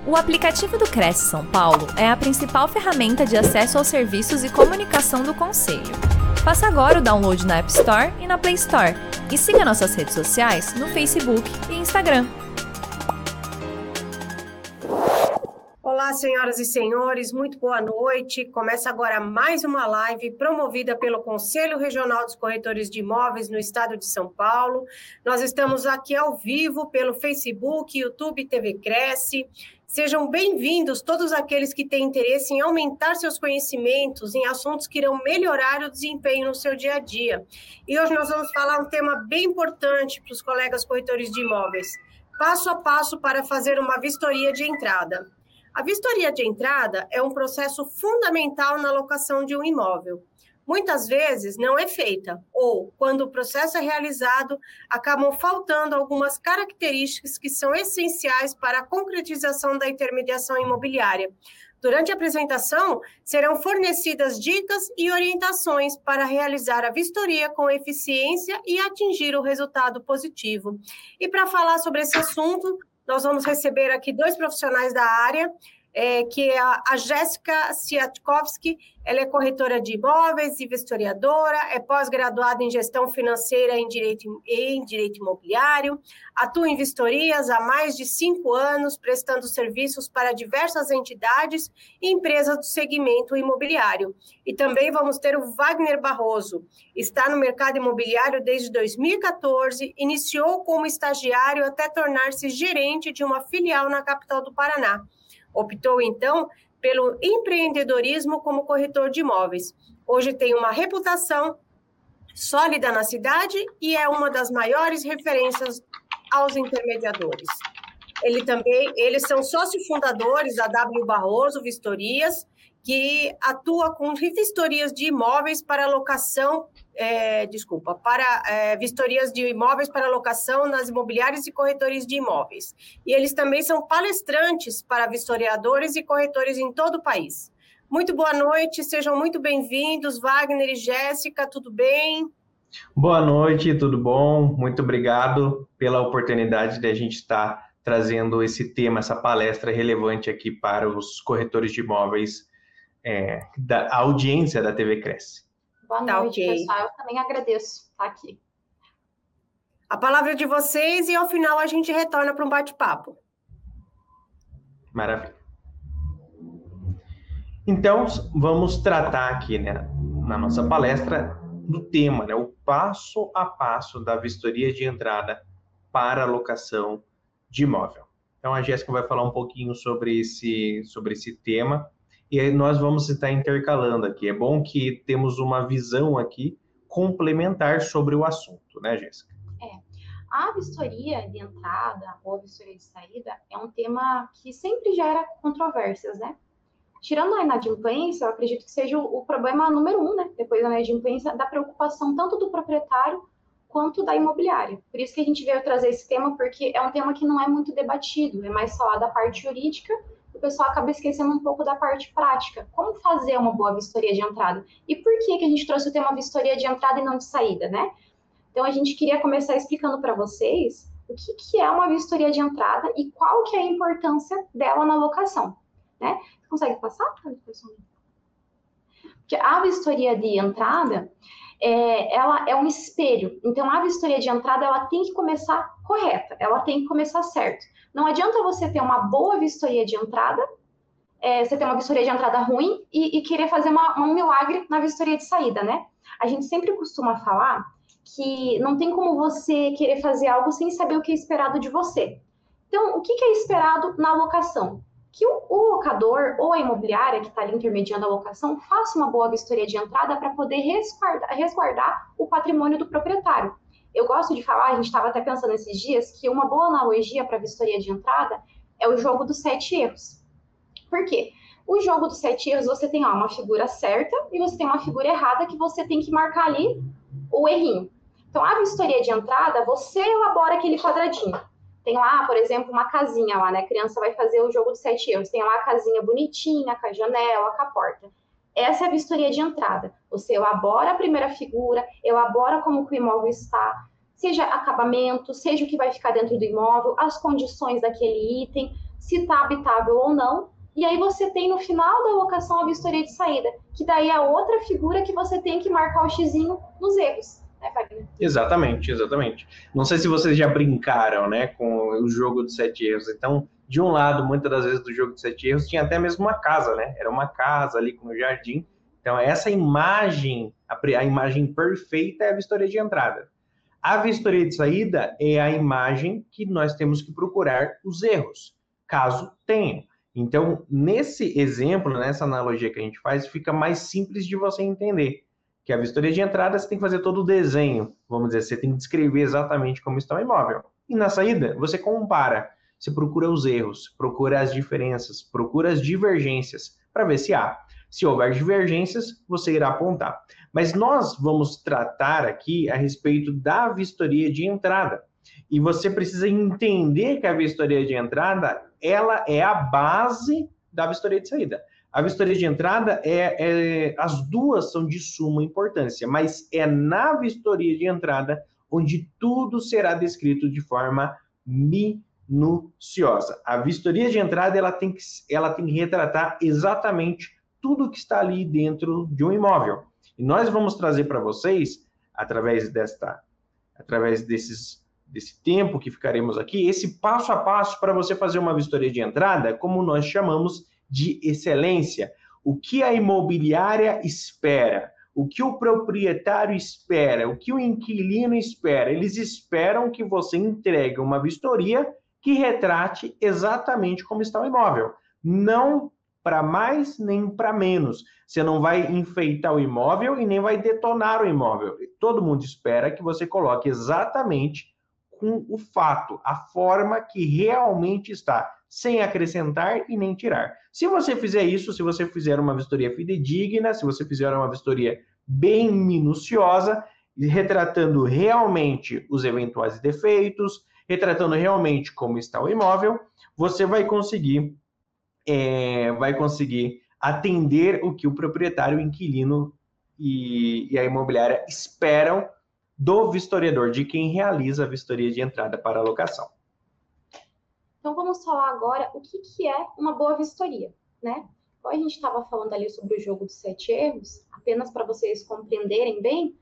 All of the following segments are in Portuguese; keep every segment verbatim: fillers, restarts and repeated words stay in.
O aplicativo do Cresce São Paulo é a principal ferramenta de acesso aos serviços e comunicação do Conselho. Faça agora o download na App Store e na Play Store. E siga nossas redes sociais no Facebook e Instagram. Olá, senhoras e senhores, muito boa noite. Começa agora mais uma live promovida pelo Conselho Regional dos Corretores de Imóveis no estado de São Paulo. Nós estamos aqui ao vivo pelo Facebook, YouTube e T V Cresce. Sejam bem-vindos todos aqueles que têm interesse em aumentar seus conhecimentos em assuntos que irão melhorar o desempenho no seu dia a dia. E hoje nós vamos falar um tema bem importante para os colegas corretores de imóveis. Passo a passo para fazer uma vistoria de entrada. A vistoria de entrada é um processo fundamental na locação de um imóvel. Muitas vezes não é feita, ou, quando o processo é realizado, acabam faltando algumas características que são essenciais para a concretização da intermediação imobiliária. Durante a apresentação, serão fornecidas dicas e orientações para realizar a vistoria com eficiência e atingir o resultado positivo. E para falar sobre esse assunto, nós vamos receber aqui dois profissionais da área, é, que é a, a Jéssica Siatkovski. Ela é corretora de imóveis e vistoriadora, é pós-graduada em gestão financeira em direito, em direito imobiliário, atua em vistorias há mais de cinco anos, prestando serviços para diversas entidades e empresas do segmento imobiliário. E também vamos ter o Wagner Barroso, está no mercado imobiliário desde dois mil e quatorze, iniciou como estagiário até tornar-se gerente de uma filial na capital do Paraná. Optou, então, pelo empreendedorismo como corretor de imóveis. Hoje tem uma reputação sólida na cidade e é uma das maiores referências aos intermediadores. Ele também, eles são sócios fundadores da W Barroso Vistorias, que atua com vistorias de imóveis para locação, é, desculpa, para é, vistorias de imóveis para locação nas imobiliárias e corretores de imóveis. E eles também são palestrantes para vistoriadores e corretores em todo o país. Muito boa noite, sejam muito bem-vindos, Wagner e Jéssica, tudo bem? Boa noite, tudo bom? Muito obrigado pela oportunidade de a gente estar trazendo esse tema, essa palestra relevante aqui para os corretores de imóveis, é, da audiência da T V Cresce. Boa noite, tá, okay. Pessoal. Eu também agradeço estar aqui. A palavra é de vocês e, ao final, a gente retorna para um bate-papo. Maravilha. Então, vamos tratar aqui, né, na nossa palestra, do tema, né, o passo a passo da vistoria de entrada para a locação de imóvel. Então, a Jéssica vai falar um pouquinho sobre esse, sobre esse tema. E aí nós vamos estar intercalando aqui. É bom que temos uma visão aqui complementar sobre o assunto, né, Jéssica? É. A vistoria de entrada ou a vistoria de saída é um tema que sempre gera controvérsias, né? Tirando a inadimplência, eu acredito que seja o, o problema número um, né? Depois da inadimplência, da preocupação tanto do proprietário quanto da imobiliária. Por isso que a gente veio trazer esse tema, porque é um tema que não é muito debatido, é mais falar da parte jurídica. O pessoal acaba esquecendo um pouco da parte prática. Como fazer uma boa vistoria de entrada? E por que que a gente trouxe o tema vistoria de entrada e não de saída, né? Então, a gente queria começar explicando para vocês o que que é uma vistoria de entrada e qual que é a importância dela na locação, né? Você consegue passar? Porque a vistoria de entrada, é, ela é um espelho. Então, a vistoria de entrada, ela tem que começar correta, ela tem que começar certo. Não adianta você ter uma boa vistoria de entrada, é, você ter uma vistoria de entrada ruim e, e querer fazer uma, um milagre na vistoria de saída, né? A gente sempre costuma falar que não tem como você querer fazer algo sem saber o que é esperado de você. Então, o que, que é esperado na locação? Que o, o locador ou a imobiliária que está ali intermediando a locação faça uma boa vistoria de entrada para poder resguardar, resguardar o patrimônio do proprietário. Eu gosto de falar, a gente estava até pensando esses dias, que uma boa analogia para a vistoria de entrada é o jogo dos sete erros. Por quê? O jogo dos sete erros, você tem ó, uma figura certa e você tem uma figura errada que você tem que marcar ali o errinho. Então, a vistoria de entrada, você elabora aquele quadradinho. Tem lá, por exemplo, uma casinha lá, né? A criança vai fazer o jogo dos sete erros. Tem lá a casinha bonitinha, com a janela, com a porta. Essa é a vistoria de entrada. Você elabora a primeira figura, elabora como que o imóvel está, seja acabamento, seja o que vai ficar dentro do imóvel, as condições daquele item, se está habitável ou não, e aí você tem no final da locação a vistoria de saída, que daí é outra figura que você tem que marcar o xizinho nos erros. Né, Wagner? Exatamente, exatamente. Não sei se vocês já brincaram, né, com o jogo de sete erros. Então, de um lado, muitas das vezes do jogo de sete erros, tinha até mesmo uma casa, né? Era uma casa ali com o jardim. Então, essa imagem, a, a imagem perfeita é a vistoria de entrada. A vistoria de saída é a imagem que nós temos que procurar os erros, caso tenham. Então, nesse exemplo, nessa analogia que a gente faz, fica mais simples de você entender. Que a vistoria de entrada, você tem que fazer todo o desenho, vamos dizer, você tem que descrever exatamente como está o imóvel. E na saída, você compara, você procura os erros, procura as diferenças, procura as divergências, para ver se há. Se houver divergências, você irá apontar. Mas nós vamos tratar aqui a respeito da vistoria de entrada. E você precisa entender que a vistoria de entrada, ela é a base da vistoria de saída. A vistoria de entrada, é, é, as duas são de suma importância, mas é na vistoria de entrada onde tudo será descrito de forma minuciosa. A vistoria de entrada, ela tem que, ela tem que retratar exatamente tudo que está ali dentro de um imóvel. E nós vamos trazer para vocês, através desta, através desses, desse tempo que ficaremos aqui, esse passo a passo para você fazer uma vistoria de entrada, como nós chamamos de excelência. O que a imobiliária espera, o que o proprietário espera, o que o inquilino espera. Eles esperam que você entregue uma vistoria que retrate exatamente como está o imóvel. Não para mais nem para menos. Você não vai enfeitar o imóvel e nem vai detonar o imóvel. Todo mundo espera que você coloque exatamente com o fato, a forma que realmente está, sem acrescentar e nem tirar. Se você fizer isso, se você fizer uma vistoria fidedigna, se você fizer uma vistoria bem minuciosa, retratando realmente os eventuais defeitos, retratando realmente como está o imóvel, você vai conseguir É, vai conseguir atender o que o proprietário, o inquilino e, e a imobiliária esperam do vistoriador, de quem realiza a vistoria de entrada para a locação. Então, vamos falar agora o que, que é uma boa vistoria, né? Como a gente estava falando ali sobre o jogo dos sete erros, apenas para vocês compreenderem bem,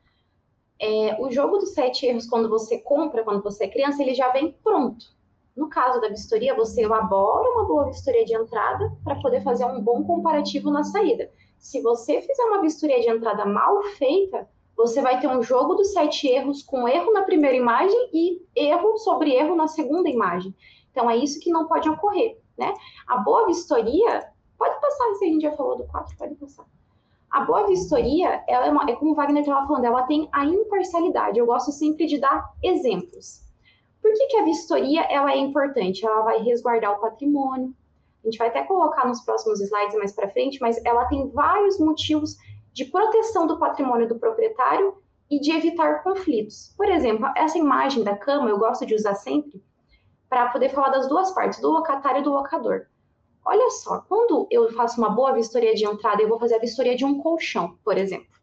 é, o jogo dos sete erros, quando você compra, quando você é criança, ele já vem pronto. No caso da vistoria, você elabora uma boa vistoria de entrada para poder fazer um bom comparativo na saída. Se você fizer uma vistoria de entrada mal feita, você vai ter um jogo dos sete erros com erro na primeira imagem e erro sobre erro na segunda imagem. Então, é isso que não pode ocorrer, né? A boa vistoria... Pode passar, se a gente já falou do quatro, pode passar. A boa vistoria, ela é, uma, é como o Wagner estava falando, ela tem a imparcialidade. Eu gosto sempre de dar exemplos. Por que que a vistoria ela é importante? Ela vai resguardar o patrimônio. A gente vai até colocar nos próximos slides mais para frente, mas ela tem vários motivos de proteção do patrimônio do proprietário e de evitar conflitos. Por exemplo, essa imagem da cama eu gosto de usar sempre para poder falar das duas partes, do locatário e do locador. Olha só, quando eu faço uma boa vistoria de entrada, eu vou fazer a vistoria de um colchão, por exemplo.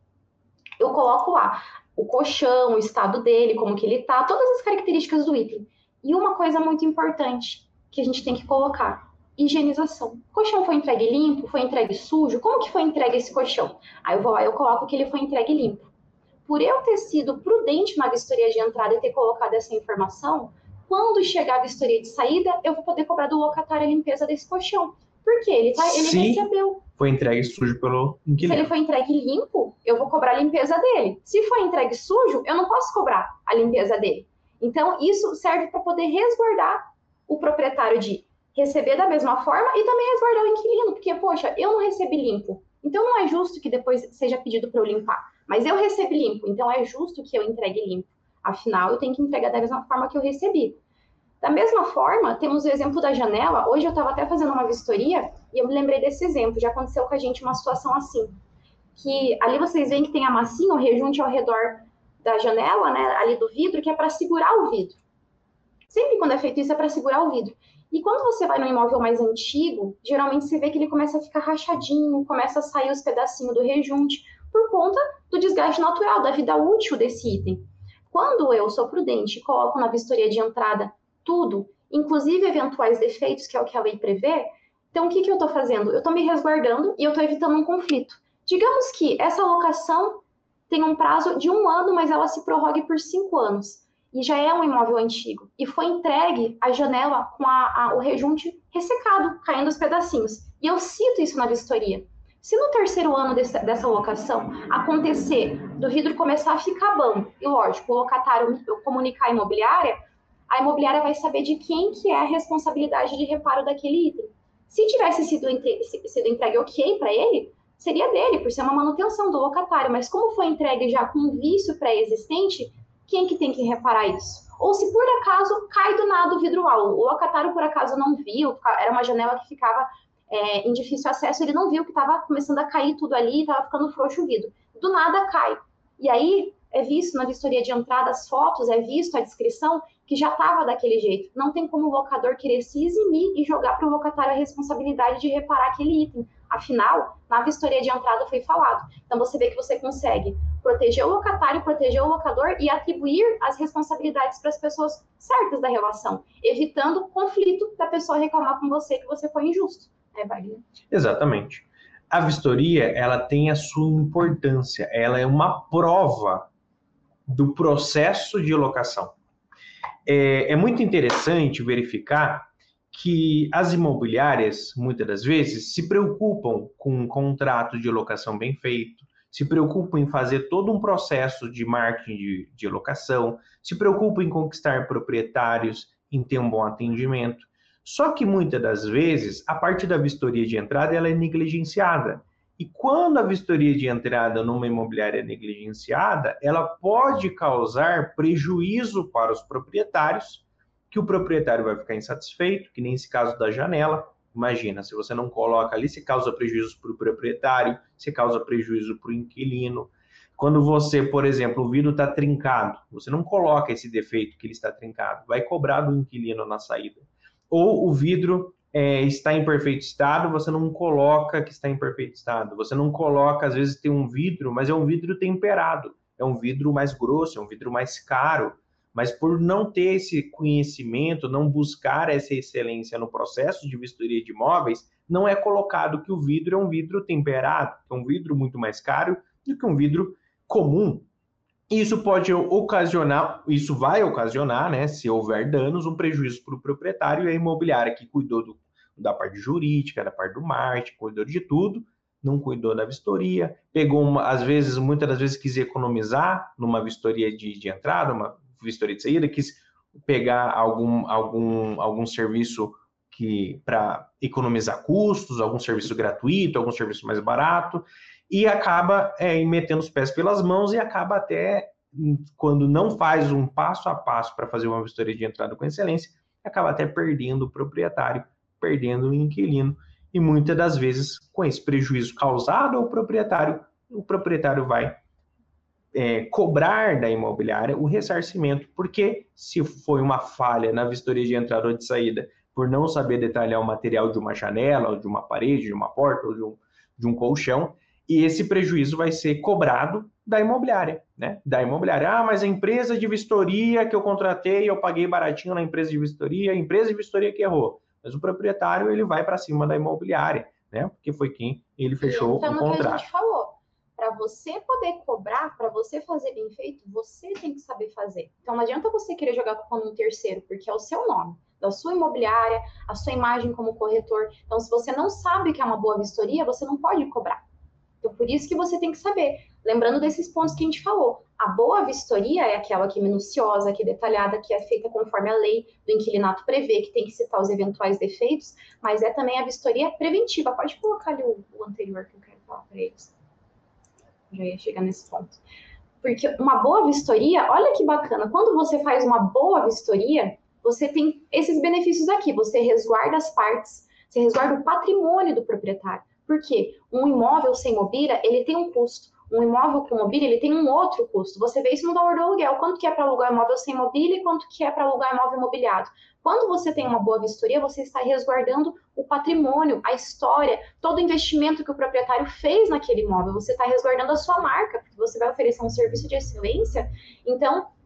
Eu coloco lá o colchão, o estado dele, como que ele tá, todas as características do item. E uma coisa muito importante que a gente tem que colocar, higienização. O colchão foi entregue limpo, foi entregue sujo? Como que foi entregue esse colchão? Aí eu vou lá e eu coloco que ele foi entregue limpo. Por eu ter sido prudente na vistoria de entrada e ter colocado essa informação, quando chegar a vistoria de saída, eu vou poder cobrar do locatário a limpeza desse colchão. Por quê? Ele, tá, ele Sim. recebeu. Foi entregue sujo pelo inquilino. Se ele foi entregue limpo, eu vou cobrar a limpeza dele. Se foi entregue sujo, eu não posso cobrar a limpeza dele. Então, isso serve para poder resguardar o proprietário de receber da mesma forma e também resguardar o inquilino, porque, poxa, eu não recebi limpo. Então, não é justo que depois seja pedido para eu limpar. Mas eu recebi limpo, então é justo que eu entregue limpo. Afinal, eu tenho que entregar da mesma forma que eu recebi. Da mesma forma, temos o exemplo da janela. Hoje eu estava até fazendo uma vistoria e eu me lembrei desse exemplo. Já aconteceu com a gente uma situação assim. Que ali vocês veem que tem a massinha, o rejunte ao redor da janela, né, ali do vidro, que é para segurar o vidro. Sempre quando é feito isso é para segurar o vidro. E quando você vai num imóvel mais antigo, geralmente você vê que ele começa a ficar rachadinho, começa a sair os pedacinhos do rejunte, por conta do desgaste natural, da vida útil desse item. Quando eu sou prudente e coloco na vistoria de entrada tudo inclusive eventuais defeitos, que é o que a lei prevê. Então, o que, que eu estou fazendo? Eu estou me resguardando e eu estou evitando um conflito. Digamos que essa locação tem um prazo de um ano, mas ela se prorrogue por cinco anos. E já é um imóvel antigo. E foi entregue a janela com a, a, o rejunte ressecado, caindo os pedacinhos. E eu cito isso na vistoria. Se no terceiro ano desse, dessa locação acontecer do vidro começar a ficar bom, e lógico, o locatário comunicar a imobiliária, a imobiliária vai saber de quem que é a responsabilidade de reparo daquele item. Se tivesse sido, entre, sido entregue ok para ele, seria dele, por ser uma manutenção do locatário. Mas como foi entregue já com um vício pré-existente, quem que tem que reparar isso? Ou se por acaso cai do nada o vidro alto, o locatário por acaso não viu, era uma janela que ficava é, em difícil acesso, ele não viu que estava começando a cair tudo ali, estava ficando frouxo o vidro. Do nada cai. E aí é visto na vistoria de entrada as fotos, é visto a descrição que já estava daquele jeito. Não tem como o locador querer se eximir e jogar para o locatário a responsabilidade de reparar aquele item. Afinal, na vistoria de entrada foi falado. Então você vê que você consegue proteger o locatário, proteger o locador e atribuir as responsabilidades para as pessoas certas da relação, evitando o conflito da pessoa reclamar com você que você foi injusto. É, Wagner? Exatamente. A vistoria, ela tem a sua importância, ela é uma prova do processo de locação. É, é muito interessante verificar que as imobiliárias, muitas das vezes, se preocupam com um contrato de locação bem feito, se preocupam em fazer todo um processo de marketing de, de locação, se preocupam em conquistar proprietários, em ter um bom atendimento. Só que muitas das vezes, a parte da vistoria de entrada ela é negligenciada. E quando a vistoria de entrada numa imobiliária é negligenciada, ela pode causar prejuízo para os proprietários, que o proprietário vai ficar insatisfeito, que nem esse caso da janela. Imagina, se você não coloca ali, você causa prejuízo para o proprietário, você causa prejuízo para o inquilino. Quando você, por exemplo, o vidro está trincado, você não coloca esse defeito que ele está trincado, vai cobrar do inquilino na saída. Ou o vidro é, está em perfeito estado, você não coloca que está em perfeito estado. Você não coloca, às vezes tem um vidro, mas é um vidro temperado, é um vidro mais grosso, é um vidro mais caro. Mas por não ter esse conhecimento, não buscar essa excelência no processo de vistoria de imóveis, não é colocado que o vidro é um vidro temperado, é um vidro muito mais caro do que um vidro comum. Isso pode ocasionar, isso vai ocasionar, né, se houver danos, um prejuízo para o proprietário e a imobiliária que cuidou do, da parte jurídica, da parte do marketing, cuidou de tudo, não cuidou da vistoria, pegou, uma, às vezes, muitas das vezes quis economizar numa vistoria de, de entrada, uma vistoria de saída, quis pegar algum, algum, algum serviço que para economizar custos, algum serviço gratuito, algum serviço mais barato, e acaba é, metendo os pés pelas mãos e acaba até, quando não faz um passo a passo para fazer uma vistoria de entrada com excelência, acaba até perdendo o proprietário, perdendo o inquilino, e muitas das vezes, com esse prejuízo causado ao proprietário, o proprietário vai é, cobrar da imobiliária o ressarcimento, porque se foi uma falha na vistoria de entrada ou de saída, por não saber detalhar o material de uma janela, ou de uma parede, de uma porta, ou de um, de um colchão, e esse prejuízo vai ser cobrado da imobiliária, né? Da imobiliária. Ah, mas a empresa de vistoria que eu contratei, eu paguei baratinho na empresa de vistoria, a empresa de vistoria que errou. Mas o proprietário, ele vai para cima da imobiliária, né? Porque foi quem ele fechou o contrato. Então, o que a gente falou, para você poder cobrar, para você fazer bem feito, você tem que saber fazer. Então, não adianta você querer jogar culpa num terceiro, porque é o seu nome, da sua imobiliária, a sua imagem como corretor. Então, se você não sabe o que é uma boa vistoria, você não pode cobrar. Então, por isso que você tem que saber. Lembrando desses pontos que a gente falou. A boa vistoria é aquela que é minuciosa, que é detalhada, que é feita conforme a lei do inquilinato prevê, que tem que citar os eventuais defeitos, mas é também a vistoria preventiva. Pode colocar ali o, o anterior que eu quero falar para eles. Já ia chegar nesse ponto. Porque uma boa vistoria, olha que bacana, quando você faz uma boa vistoria, você tem esses benefícios aqui. Você resguarda as partes, você resguarda o patrimônio do proprietário. Por quê? Um imóvel sem mobília, ele tem um custo. Um imóvel com mobília, ele tem um outro custo. Você vê isso no valor do aluguel. Quanto que é para alugar imóvel sem mobília e quanto que é para alugar imóvel imobiliado. Quando você tem uma boa vistoria, você está resguardando o patrimônio, a história, todo o investimento que o proprietário fez naquele imóvel. Você está resguardando a sua marca, porque você vai oferecer um serviço de excelência. Então,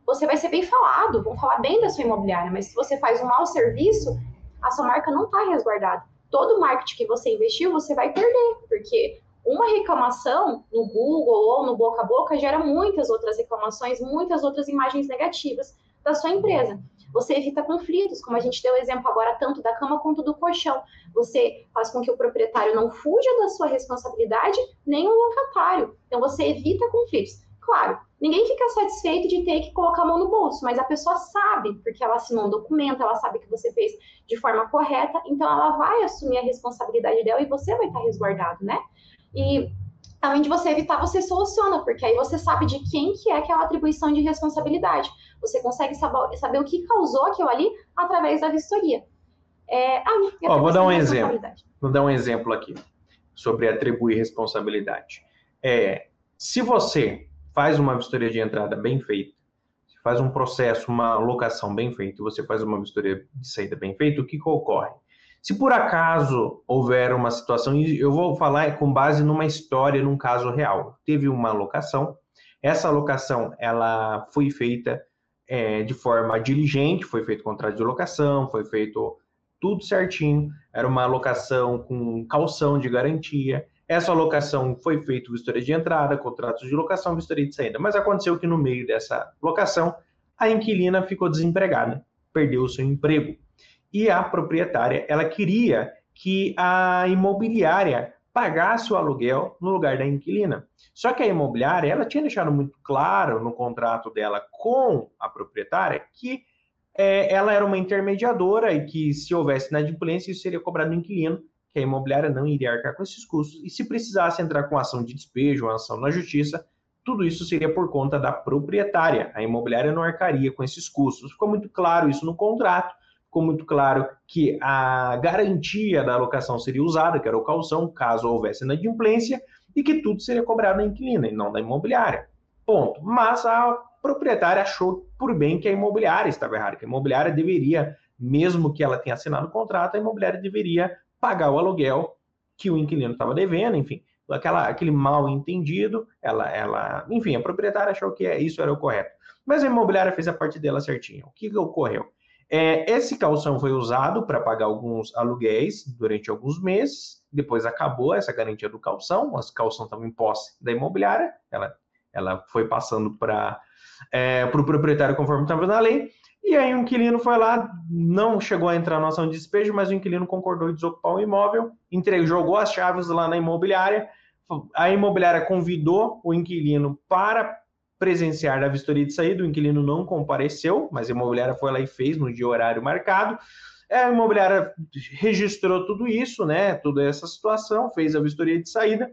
você vai ser bem falado, vão falar bem da sua imobiliária, mas se você faz um mau serviço, a sua marca não está resguardada. Todo o marketing que você investiu, você vai perder, porque uma reclamação no Google ou no boca a boca gera muitas outras reclamações, muitas outras imagens negativas da sua empresa. Você evita conflitos, como a gente deu o exemplo agora tanto da cama quanto do colchão. Você faz com que o proprietário não fuja da sua responsabilidade, nem o locatário. Então, você evita conflitos. Claro, ninguém fica satisfeito de ter que colocar a mão no bolso, mas a pessoa sabe, porque ela assinou um documento, ela sabe que você fez de forma correta, então ela vai assumir a responsabilidade dela e você vai estar resguardado, né? E além de você evitar, você soluciona, porque aí você sabe de quem que é aquela atribuição de responsabilidade. Você consegue saber, saber o que causou aquilo ali através da vistoria. É, ah, Ó, vou dar um exemplo. Vou dar um exemplo aqui sobre atribuir responsabilidade. É, se você faz uma vistoria de entrada bem feita, faz um processo, uma locação bem feita, você faz uma vistoria de saída bem feita, o que que ocorre? Se por acaso houver uma situação, e eu vou falar com base numa história, num caso real, teve uma locação, essa locação ela foi feita é, de forma diligente, foi feito contrato de locação, foi feito tudo certinho, era uma locação com caução de garantia, essa locação foi feita vistoria de entrada, contratos de locação, vistoria de saída, mas aconteceu que no meio dessa locação, a inquilina ficou desempregada, perdeu o seu emprego. E a proprietária, ela queria que a imobiliária pagasse o aluguel no lugar da inquilina. Só que a imobiliária, ela tinha deixado muito claro no contrato dela com a proprietária que é, ela era uma intermediadora e que se houvesse inadimplência, isso seria cobrado do inquilino, que a imobiliária não iria arcar com esses custos. E se precisasse entrar com ação de despejo, uma ação na justiça, tudo isso seria por conta da proprietária. A imobiliária não arcaria com esses custos. Ficou muito claro isso no contrato. Ficou muito claro que a garantia da alocação seria usada, que era o caução, caso houvesse inadimplência, e que tudo seria cobrado da inquilina e não da imobiliária. Ponto. Mas a proprietária achou por bem que a imobiliária estava errada, que a imobiliária deveria, mesmo que ela tenha assinado o contrato, a imobiliária deveria pagar o aluguel que o inquilino estava devendo, enfim, aquela, aquele mal entendido, ela, ela, enfim, a proprietária achou que isso era o correto. Mas a imobiliária fez a parte dela certinha. O que, que ocorreu? É, esse calção foi usado para pagar alguns aluguéis durante alguns meses, depois acabou essa garantia do calção, a calção estava em posse da imobiliária, ela, ela foi passando para é, o pro proprietário conforme estava na lei, e aí o inquilino foi lá, não chegou a entrar na ação de despejo, mas o inquilino concordou em desocupar o imóvel, entregou, jogou as chaves lá na imobiliária, a imobiliária convidou o inquilino para presenciar da vistoria de saída, o inquilino não compareceu, mas a imobiliária foi lá e fez no dia horário marcado. A imobiliária registrou tudo isso, né, toda essa situação, fez a vistoria de saída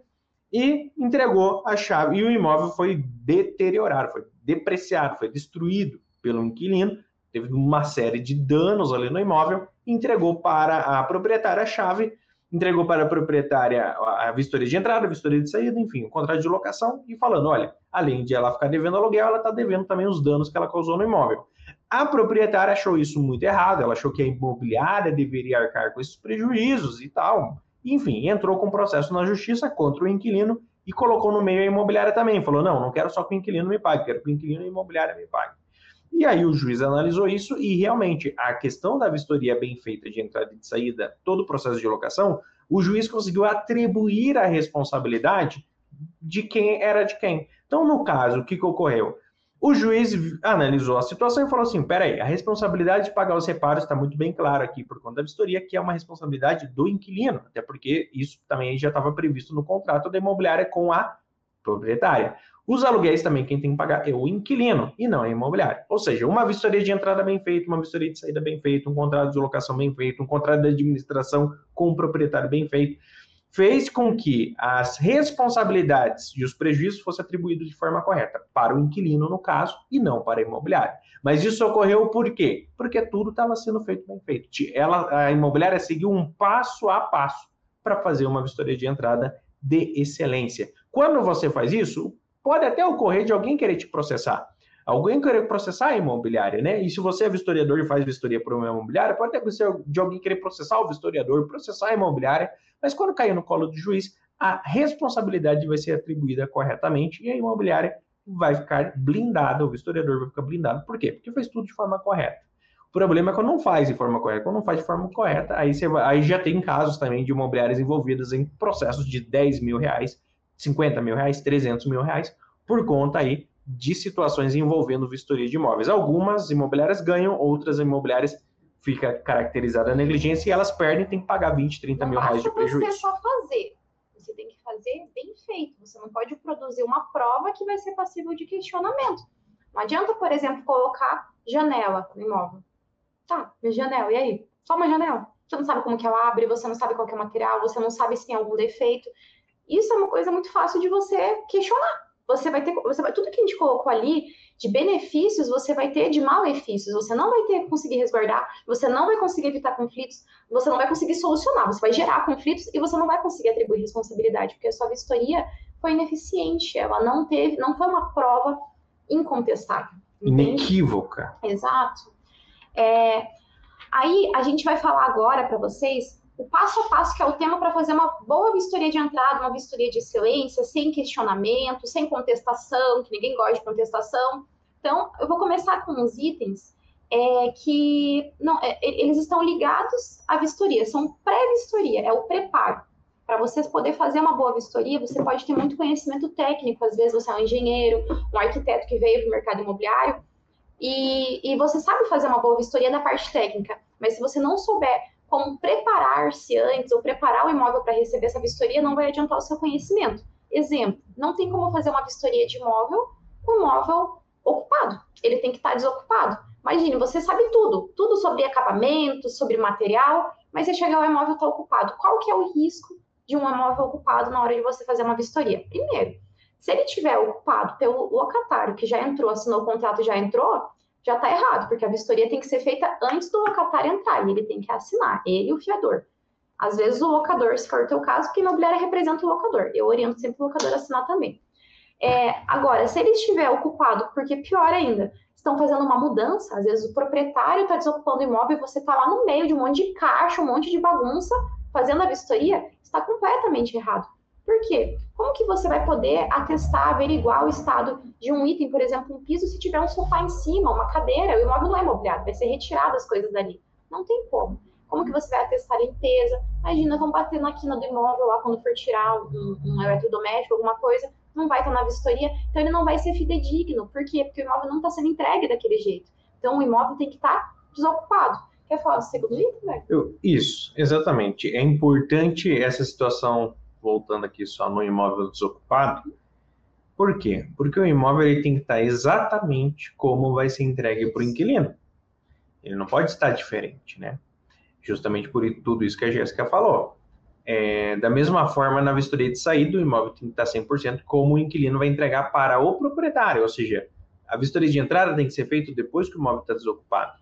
e entregou a chave. E o imóvel foi deteriorado, foi depreciado, foi destruído pelo inquilino, teve uma série de danos ali no imóvel, entregou para a proprietária a chave, entregou para a proprietária a vistoria de entrada, a vistoria de saída, enfim, o contrato de locação, e falando, olha, além de ela ficar devendo aluguel, ela está devendo também os danos que ela causou no imóvel. A proprietária achou isso muito errado, ela achou que a imobiliária deveria arcar com esses prejuízos e tal. Enfim, entrou com processo na justiça contra o inquilino e colocou no meio a imobiliária também. Falou, não, não quero só que o inquilino me pague, quero que o inquilino e a imobiliária me paguem. E aí o juiz analisou isso e realmente a questão da vistoria bem feita de entrada e de saída, todo o processo de locação, o juiz conseguiu atribuir a responsabilidade de quem era de quem. Então, no caso, o que, que ocorreu? O juiz analisou a situação e falou assim, peraí, a responsabilidade de pagar os reparos está muito bem clara aqui por conta da vistoria, que é uma responsabilidade do inquilino, até porque isso também já estava previsto no contrato da imobiliária com a proprietária. Os aluguéis também, quem tem que pagar é o inquilino e não a imobiliária. Ou seja, uma vistoria de entrada bem feita, uma vistoria de saída bem feita, um contrato de locação bem feito, um contrato de administração com o proprietário bem feito, fez com que as responsabilidades e os prejuízos fossem atribuídos de forma correta para o inquilino, no caso, e não para a imobiliária. Mas isso ocorreu por quê? Porque tudo estava sendo feito bem feito. Ela, a imobiliária seguiu um passo a passo para fazer uma vistoria de entrada de excelência. Quando você faz isso, pode até ocorrer de alguém querer te processar. Alguém querer processar a imobiliária, né? E se você é vistoriador e faz vistoria por uma imobiliária, pode até acontecer de alguém querer processar o vistoriador, processar a imobiliária, mas quando cair no colo do juiz, a responsabilidade vai ser atribuída corretamente e a imobiliária vai ficar blindado, o vistoriador vai ficar blindado. Por quê? Porque faz tudo de forma correta. O problema é quando não faz de forma correta. Quando não faz de forma correta, aí, você vai, aí já tem casos também de imobiliárias envolvidas em processos de dez mil reais, cinquenta mil reais, trezentos mil reais, por conta aí de situações envolvendo vistoria de imóveis. Algumas imobiliárias ganham, outras imobiliárias fica caracterizada a negligência e elas perdem, tem que pagar vinte, trinta mil reais de prejuízo. Não basta você só fazer. Você tem que fazer bem feito. Você não pode produzir uma prova que vai ser passível de questionamento. Não adianta, por exemplo, colocar janela no imóvel. Tá, minha janela, e aí? Só uma janela. Você não sabe como que ela abre, você não sabe qual que é o material, você não sabe se tem algum defeito. Isso é uma coisa muito fácil de você questionar. Você vai ter, você vai, tudo que a gente colocou ali de benefícios, você vai ter de malefícios. Você não vai ter conseguir resguardar, você não vai conseguir evitar conflitos, você não vai conseguir solucionar, você vai gerar conflitos e você não vai conseguir atribuir responsabilidade, porque a sua vistoria foi ineficiente, ela não teve, não foi uma prova incontestável. Inequívoca. Exato. É, aí a gente vai falar agora para vocês o passo a passo, que é o tema para fazer uma boa vistoria de entrada, uma vistoria de excelência, sem questionamento, sem contestação, que ninguém gosta de contestação. Então, eu vou começar com uns itens é, que não, é, eles estão ligados à vistoria, são pré-vistoria, é o preparo. Para você poder fazer uma boa vistoria, você pode ter muito conhecimento técnico, às vezes você é um engenheiro, um arquiteto que veio para o mercado imobiliário, e, e você sabe fazer uma boa vistoria da parte técnica, mas se você não souber como preparar-se antes ou preparar o imóvel para receber essa vistoria, não vai adiantar o seu conhecimento. Exemplo, não tem como fazer uma vistoria de imóvel com imóvel ocupado. Ele tem que estar desocupado. Imagine, você sabe tudo, tudo sobre acabamento, sobre material, mas você chega lá, o imóvel está ocupado. Qual que é o risco de um imóvel ocupado na hora de você fazer uma vistoria? Primeiro, se ele estiver ocupado pelo locatário que já entrou, assinou o contrato e já entrou, já está errado, porque a vistoria tem que ser feita antes do locatário entrar, e ele tem que assinar, ele e o fiador. Às vezes o locador, se for o teu caso, porque a imobiliária representa o locador. Eu oriento sempre o locador a assinar também. É, agora, se ele estiver ocupado, porque pior ainda, estão fazendo uma mudança, às vezes o proprietário está desocupando o imóvel e você está lá no meio de um monte de caixa, um monte de bagunça, fazendo a vistoria, está completamente errado. Por quê? Como que você vai poder atestar, averiguar o estado de um item, por exemplo, um piso, se tiver um sofá em cima, uma cadeira, o imóvel não é imobiliário, vai ser retirado as coisas dali. Não tem como. Como que você vai atestar a limpeza? Imagina, vão bater na quina do imóvel lá quando for tirar um, um eletrodoméstico, alguma coisa, não vai estar na vistoria, então ele não vai ser fidedigno. Por quê? Porque o imóvel não está sendo entregue daquele jeito. Então o imóvel tem que estar desocupado. Quer falar do segundo item, velho? Eu, isso, exatamente. É importante essa situação, voltando aqui só no imóvel desocupado. Por quê? Porque o imóvel ele tem que estar exatamente como vai ser entregue para o inquilino. Ele não pode estar diferente, né? Justamente por tudo isso que a Jéssica falou. É, da mesma forma, na vistoria de saída, o imóvel tem que estar cem por cento como o inquilino vai entregar para o proprietário. Ou seja, a vistoria de entrada tem que ser feita depois que o imóvel está desocupado.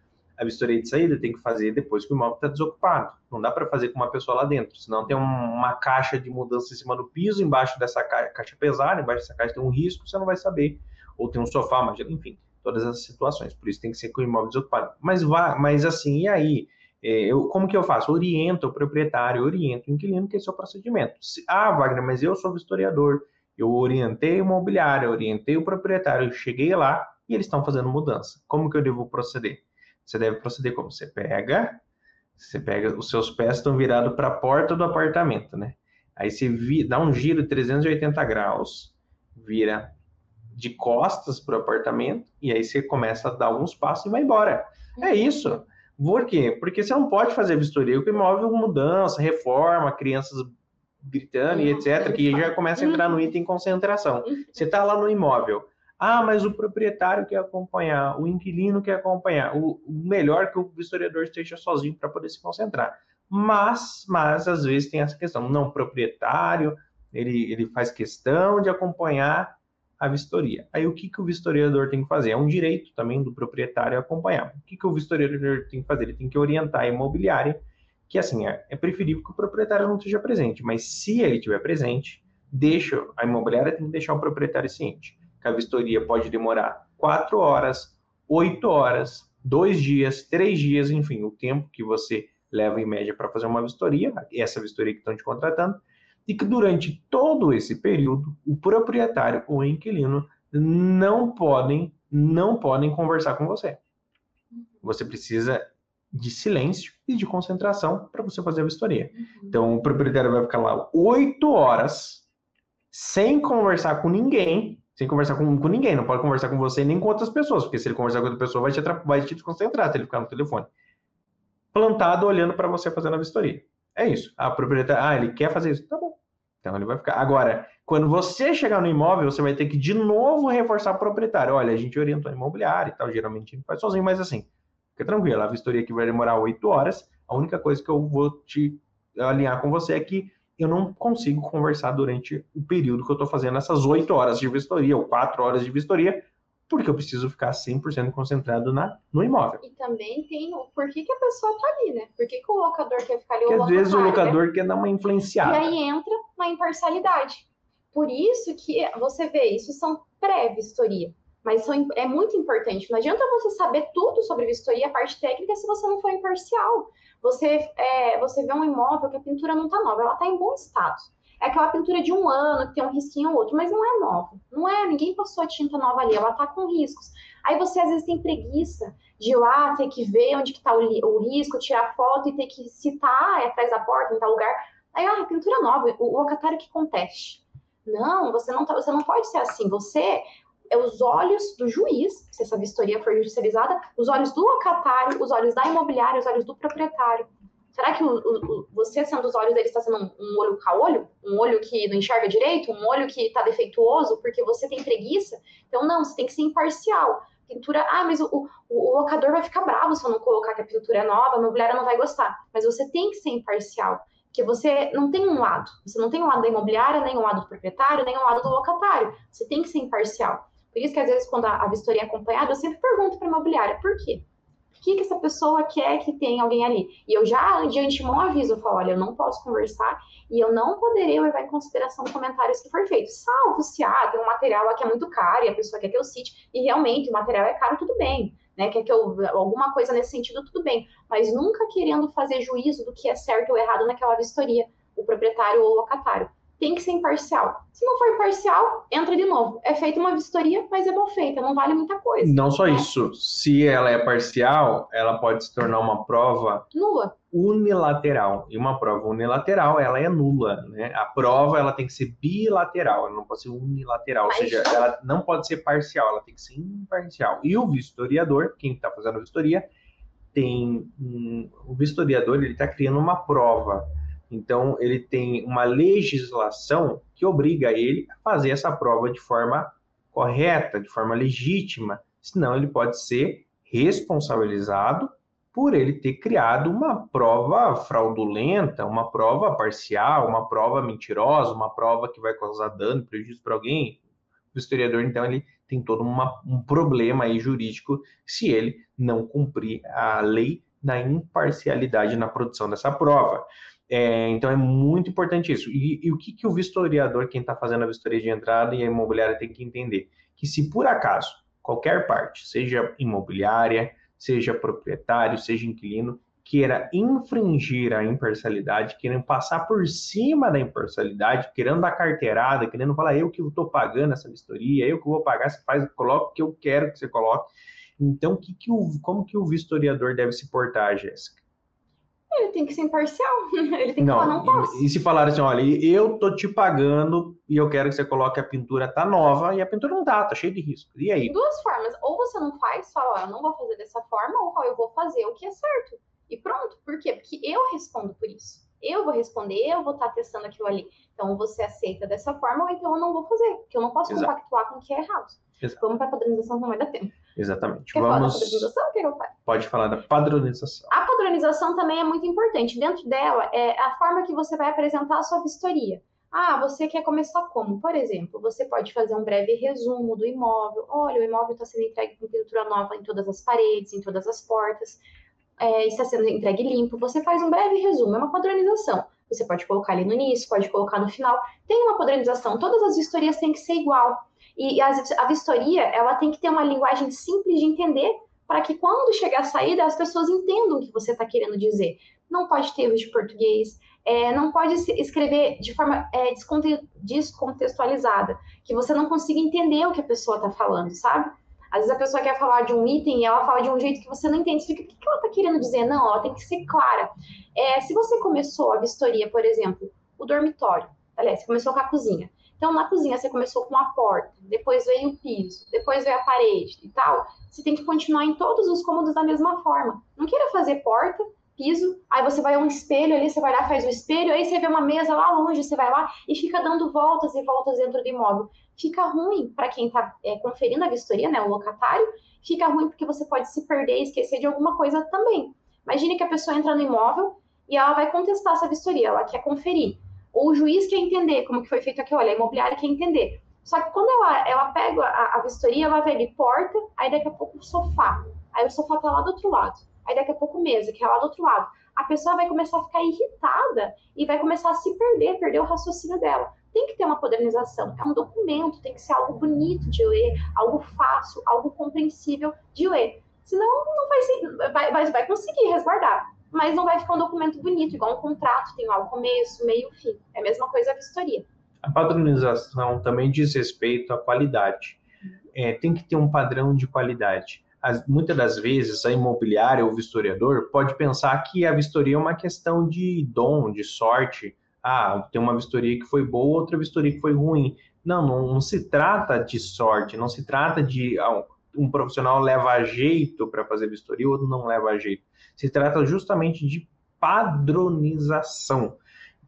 A vistoria de saída tem que fazer depois que o imóvel está desocupado. Não dá para fazer com uma pessoa lá dentro, senão tem um, uma caixa de mudança em cima do piso, embaixo dessa caixa, caixa pesada, embaixo dessa caixa tem um risco, você não vai saber. Ou tem um sofá, mas, enfim, todas essas situações. Por isso tem que ser com o imóvel desocupado. Mas, vá, mas assim, e aí? Eu, como que eu faço? Oriento o proprietário, oriento o inquilino, que esse é o procedimento. Se, ah, Wagner, mas eu sou vistoriador, eu orientei o imobiliário, orientei o proprietário, eu cheguei lá e eles estão fazendo mudança. Como que eu devo proceder? Você deve proceder como? Você pega, você pega, os seus pés estão virados para a porta do apartamento, né? Aí você vi, dá um giro de trezentos e oitenta graus, vira de costas para o apartamento, e aí você começa a dar alguns passos e vai embora. É isso. Por quê? Porque você não pode fazer vistoria com imóvel, mudança, reforma, crianças gritando e etcétera, que já começa a entrar no item concentração. Você está lá no imóvel. Ah, mas o proprietário quer acompanhar, o inquilino quer acompanhar. O, o melhor é que o vistoriador esteja sozinho para poder se concentrar. Mas, mas, às vezes tem essa questão. Não, o proprietário, ele, ele faz questão de acompanhar a vistoria. Aí o que, que o vistoriador tem que fazer? É um direito também do proprietário acompanhar. O que, que o vistoriador tem que fazer? Ele tem que orientar a imobiliária, que assim, é, é preferível que o proprietário não esteja presente, mas se ele estiver presente, deixa, a imobiliária tem que deixar o proprietário ciente, que a vistoria pode demorar quatro horas, oito horas, dois dias, três dias, enfim, o tempo que você leva em média para fazer uma vistoria, essa vistoria que estão te contratando, e que durante todo esse período, o proprietário ou o inquilino não podem, não podem conversar com você. Você precisa de silêncio e de concentração para você fazer a vistoria. Uhum. Então, o proprietário vai ficar lá oito horas sem conversar com ninguém, sem conversar com, com ninguém, não pode conversar com você nem com outras pessoas, porque se ele conversar com outra pessoa, vai te, vai te desconcentrar se ele ficar no telefone. Plantado, olhando para você fazendo a vistoria. É isso. A proprietária, ah, ele quer fazer isso? Tá bom. Então, ele vai ficar. Agora, quando você chegar no imóvel, você vai ter que de novo reforçar o proprietário. Olha, a gente orientou a imobiliária e tal, geralmente a gente faz sozinho, mas assim, fica tranquilo, a vistoria aqui vai demorar oito horas, a única coisa que eu vou te alinhar com você é que eu não consigo conversar durante o período que eu estou fazendo essas oito horas de vistoria, ou quatro horas de vistoria, porque eu preciso ficar cem por cento concentrado na, no imóvel. E também tem o porquê que a pessoa está ali, né? Por que, que o locador quer ficar ali? Porque o às vezes o locador, né? quer dar uma influenciada. E aí entra na imparcialidade. Por isso que você vê, isso são pré-vistoria. Mas são, é muito importante. Não adianta você saber tudo sobre vistoria, a parte técnica, se você não for imparcial. Você, é, você vê um imóvel que a pintura não está nova, ela está em bom estado. É aquela pintura de um ano, que tem um risquinho ou outro, mas não é nova. Não é, ninguém passou a tinta nova ali, ela está com riscos. Aí você, às vezes, tem preguiça de ir lá, ter que ver onde está o, o risco, tirar foto e ter que citar é atrás da porta, em tal lugar. Aí, ah, pintura nova, o locatário que conteste. Não, você não, tá, você não pode ser assim. Você... é os olhos do juiz, se essa vistoria for judicializada, os olhos do locatário, os olhos da imobiliária, os olhos do proprietário. Será que o, o, você, sendo os olhos dele, está sendo um, um olho caolho? Um olho que não enxerga direito? Um olho que está defeituoso porque você tem preguiça? Então, não, você tem que ser imparcial. Pintura, ah, mas o, o, o locador vai ficar bravo se eu não colocar que a pintura é nova, a imobiliária não vai gostar. Mas você tem que ser imparcial. Porque você não tem um lado. Você não tem um lado da imobiliária, nem um lado do proprietário, nem um lado do locatário. Você tem que ser imparcial. Por isso que, às vezes, quando a, a vistoria é acompanhada, eu sempre pergunto para a imobiliária, por quê? Por que, que essa pessoa quer que tenha alguém ali? E eu já, de antemão, aviso, eu falo, olha, eu não posso conversar e eu não poderei levar em consideração comentários que for feito. Salvo se, ah, tem um material lá que é muito caro e a pessoa quer que eu cite, e realmente o material é caro, tudo bem. Né? Quer que eu, alguma coisa nesse sentido, tudo bem. Mas nunca querendo fazer juízo do que é certo ou errado naquela vistoria, o proprietário ou o locatário. Tem que ser imparcial. Se não for imparcial, entra de novo. É feita uma vistoria, mas é mal feita, não vale muita coisa. Não só né? isso. Se ela é parcial, ela pode se tornar uma prova nula, unilateral. E uma prova unilateral, ela é nula. Né? A prova ela tem que ser bilateral, ela não pode ser unilateral. Mas... ou seja, ela não pode ser parcial, ela tem que ser imparcial. E o vistoriador, quem está fazendo a vistoria, tem um... o vistoriador ele está criando uma prova. Então, ele tem uma legislação que obriga ele a fazer essa prova de forma correta, de forma legítima, senão ele pode ser responsabilizado por ele ter criado uma prova fraudulenta, uma prova parcial, uma prova mentirosa, uma prova que vai causar dano, prejuízo para alguém. O historiador, então, ele tem todo uma, um problema aí jurídico se ele não cumprir a lei na imparcialidade na produção dessa prova. É, então é muito importante isso. E, e o que, que o vistoriador, quem está fazendo a vistoria de entrada e a imobiliária tem que entender? Que se por acaso qualquer parte, seja imobiliária, seja proprietário, seja inquilino, queira infringir a imparcialidade, querendo passar por cima da imparcialidade, querendo dar carteirada, querendo falar eu que estou pagando essa vistoria, eu que vou pagar, você faz, coloca o que eu quero que você coloque. Então, que que o, como que o vistoriador deve se portar, Jéssica? Ele tem que ser imparcial. Ele tem que não, falar, não posso. E, e se falar assim, olha, eu tô te pagando e eu quero que você coloque a pintura tá nova e a pintura não tá, tá cheia de risco. E aí? Duas formas. Ou você não faz, fala, ó, eu não vou fazer dessa forma, ou eu vou fazer o que é certo. E pronto. Por quê? Porque eu respondo por isso. Eu vou responder, eu vou estar testando aquilo ali. Então, você aceita dessa forma, ou então eu não vou fazer, porque eu não posso Exato. compactuar com o que é errado. Exato. Vamos para a padronização, não vai dar tempo. Exatamente. Quer Vamos... falar da padronização? O que eu faço? Pode falar da padronização. A padronização também é muito importante. Dentro dela, é a forma que você vai apresentar a sua vistoria. Ah, você quer começar como? Por exemplo, você pode fazer um breve resumo do imóvel. Olha, o imóvel está sendo entregue com pintura nova em todas as paredes, em todas as portas. É, está sendo entregue limpo. Você faz um breve resumo, é uma padronização. Você pode colocar ali no início, pode colocar no final. Tem uma padronização. Todas as vistorias têm que ser igual. E a, a vistoria, ela tem que ter uma linguagem simples de entender para que quando chegar a saída, as pessoas entendam o que você está querendo dizer. Não pode ter erros de português, É, não pode escrever de forma é, descontextualizada, que você não consiga entender o que a pessoa está falando, sabe? Às vezes a pessoa quer falar de um item e ela fala de um jeito que você não entende. Você fica, o que ela está querendo dizer? Não, ela tem que ser clara. É, se você começou a vistoria, por exemplo, o dormitório, aliás, você começou com a cozinha. Então, na cozinha, você começou com a porta, depois veio o piso, depois veio a parede e tal. Você tem que continuar em todos os cômodos da mesma forma. Não queira fazer porta, piso, aí você vai a um espelho ali, você vai lá, faz o espelho, aí você vê uma mesa lá longe, você vai lá e fica dando voltas e voltas dentro do imóvel. Fica ruim para quem está é, conferindo a vistoria, né, o locatário, fica ruim porque você pode se perder e esquecer de alguma coisa também. Imagine que a pessoa entra no imóvel e ela vai contestar essa vistoria, ela quer conferir. Ou o juiz quer entender como que foi feito aqui, olha, a imobiliária quer entender. Só que quando ela, ela pega a, a vistoria, ela vê ali porta, aí daqui a pouco o sofá. Aí o sofá tá lá do outro lado. Aí daqui a pouco mesa, que é lá do outro lado. A pessoa vai começar a ficar irritada e vai começar a se perder, perder o raciocínio dela. Tem que ter uma padronização. É um documento, tem que ser algo bonito de ler, algo fácil, algo compreensível de ler. Senão não vai, ser, vai, vai, vai conseguir resguardar. Mas não vai ficar um documento bonito, igual um contrato, tem lá o começo, meio, fim. É a mesma coisa a vistoria. A padronização também diz respeito à qualidade. É, tem que ter um padrão de qualidade. As, muitas das vezes, a imobiliária ou o vistoriador pode pensar que a vistoria é uma questão de dom, de sorte. Ah, tem uma vistoria que foi boa, outra vistoria que foi ruim. Não, não, não se trata de sorte, não se trata de ah, um profissional leva jeito para fazer vistoria ou não leva jeito. Se trata justamente de padronização.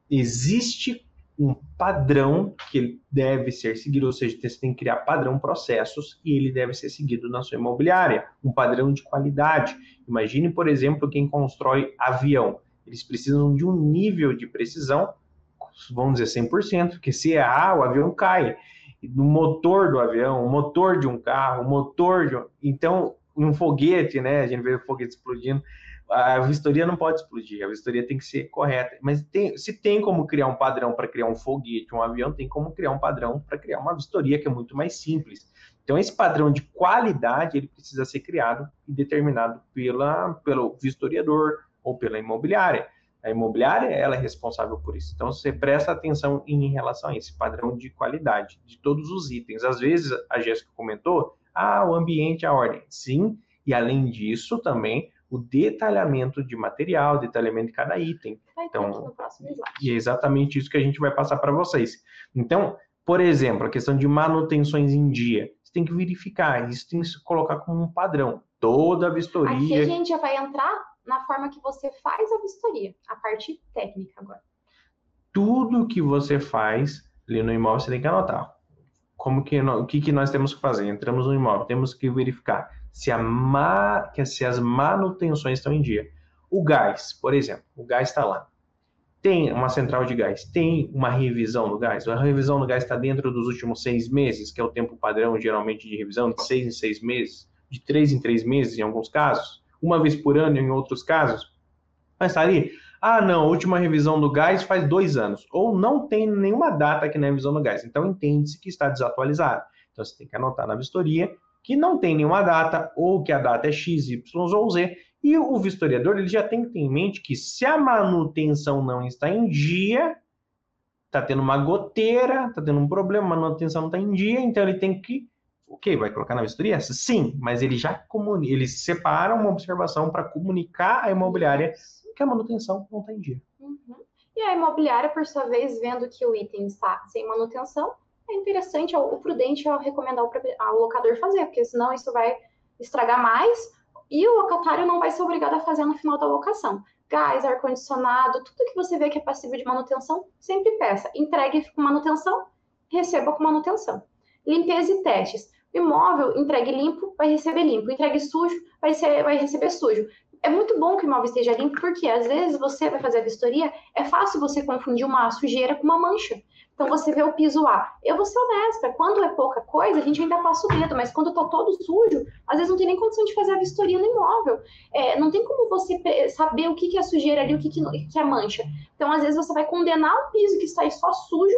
Existe um padrão que ele deve ser seguido, ou seja, você tem que criar padrão processos e ele deve ser seguido na sua imobiliária, um padrão de qualidade. Imagine, por exemplo, quem constrói avião. Eles precisam de um nível de precisão, vamos dizer cem por cento, porque se errar, o avião cai. No motor do avião, o motor de um carro, o motor de um... Então, um foguete, né? A gente vê o foguete explodindo. A vistoria não pode explodir, a vistoria tem que ser correta. Mas tem, se tem como criar um padrão para criar um foguete, um avião, tem como criar um padrão para criar uma vistoria que é muito mais simples. Então, esse padrão de qualidade, ele precisa ser criado e determinado pela, pelo vistoriador ou pela imobiliária. A imobiliária, ela é responsável por isso. Então, você presta atenção em relação a esse padrão de qualidade de todos os itens. Às vezes, a Jéssica comentou, ah, o ambiente, a ordem. Sim, e além disso, também, o detalhamento de material, detalhamento de cada item. Então, e é exatamente isso que a gente vai passar para vocês. Então, por exemplo, a questão de manutenções em dia. Você tem que verificar, isso tem que se colocar como um padrão. Toda a vistoria... Aqui a gente já vai entrar na forma que você faz a vistoria, a parte técnica agora. Tudo que você faz ali no imóvel, você tem que anotar. Como que, o que, que nós temos que fazer? Entramos no imóvel, temos que verificar se, a ma, que se as manutenções estão em dia. O gás, por exemplo, o gás está lá. Tem uma central de gás, tem uma revisão do gás. A revisão do gás está dentro dos últimos seis meses, que é o tempo padrão, geralmente, de revisão, de seis em seis meses, de três em três meses, em alguns casos, uma vez por ano, em outros casos. Mas está ali, ah, não, a última revisão do gás faz dois anos, ou não tem nenhuma data aqui na revisão do gás, então entende-se que está desatualizado. Então, você tem que anotar na vistoria que não tem nenhuma data, ou que a data é X, Y ou Z, e o vistoriador ele já tem que ter em mente que se a manutenção não está em dia, está tendo uma goteira, está tendo um problema, a manutenção não está em dia, então ele tem que, o quê? Vai colocar na vistoria? Sim, mas ele já comunica, ele separa uma observação para comunicar à imobiliária que a manutenção não está em dia. Uhum. E a imobiliária, por sua vez, vendo que o item está sem manutenção, é interessante, o prudente é recomendar ao locador fazer, porque senão isso vai estragar mais e o locatário não vai ser obrigado a fazer no final da locação. Gás, ar-condicionado, tudo que você vê que é passível de manutenção, sempre peça. Entregue com manutenção, receba com manutenção. Limpeza e testes. O imóvel entregue limpo, vai receber limpo. Entregue sujo, vai, ser, vai receber sujo. É muito bom que o imóvel esteja limpo, porque às vezes você vai fazer a vistoria, é fácil você confundir uma sujeira com uma mancha. Então, você vê o piso lá. Eu vou ser honesta, quando é pouca coisa, a gente ainda passa o dedo, mas quando tá todo sujo, às vezes não tem nem condição de fazer a vistoria no imóvel. É, não tem como você saber o que, que é sujeira ali, o que, que, que é mancha. Então, às vezes, você vai condenar o piso que está aí só sujo,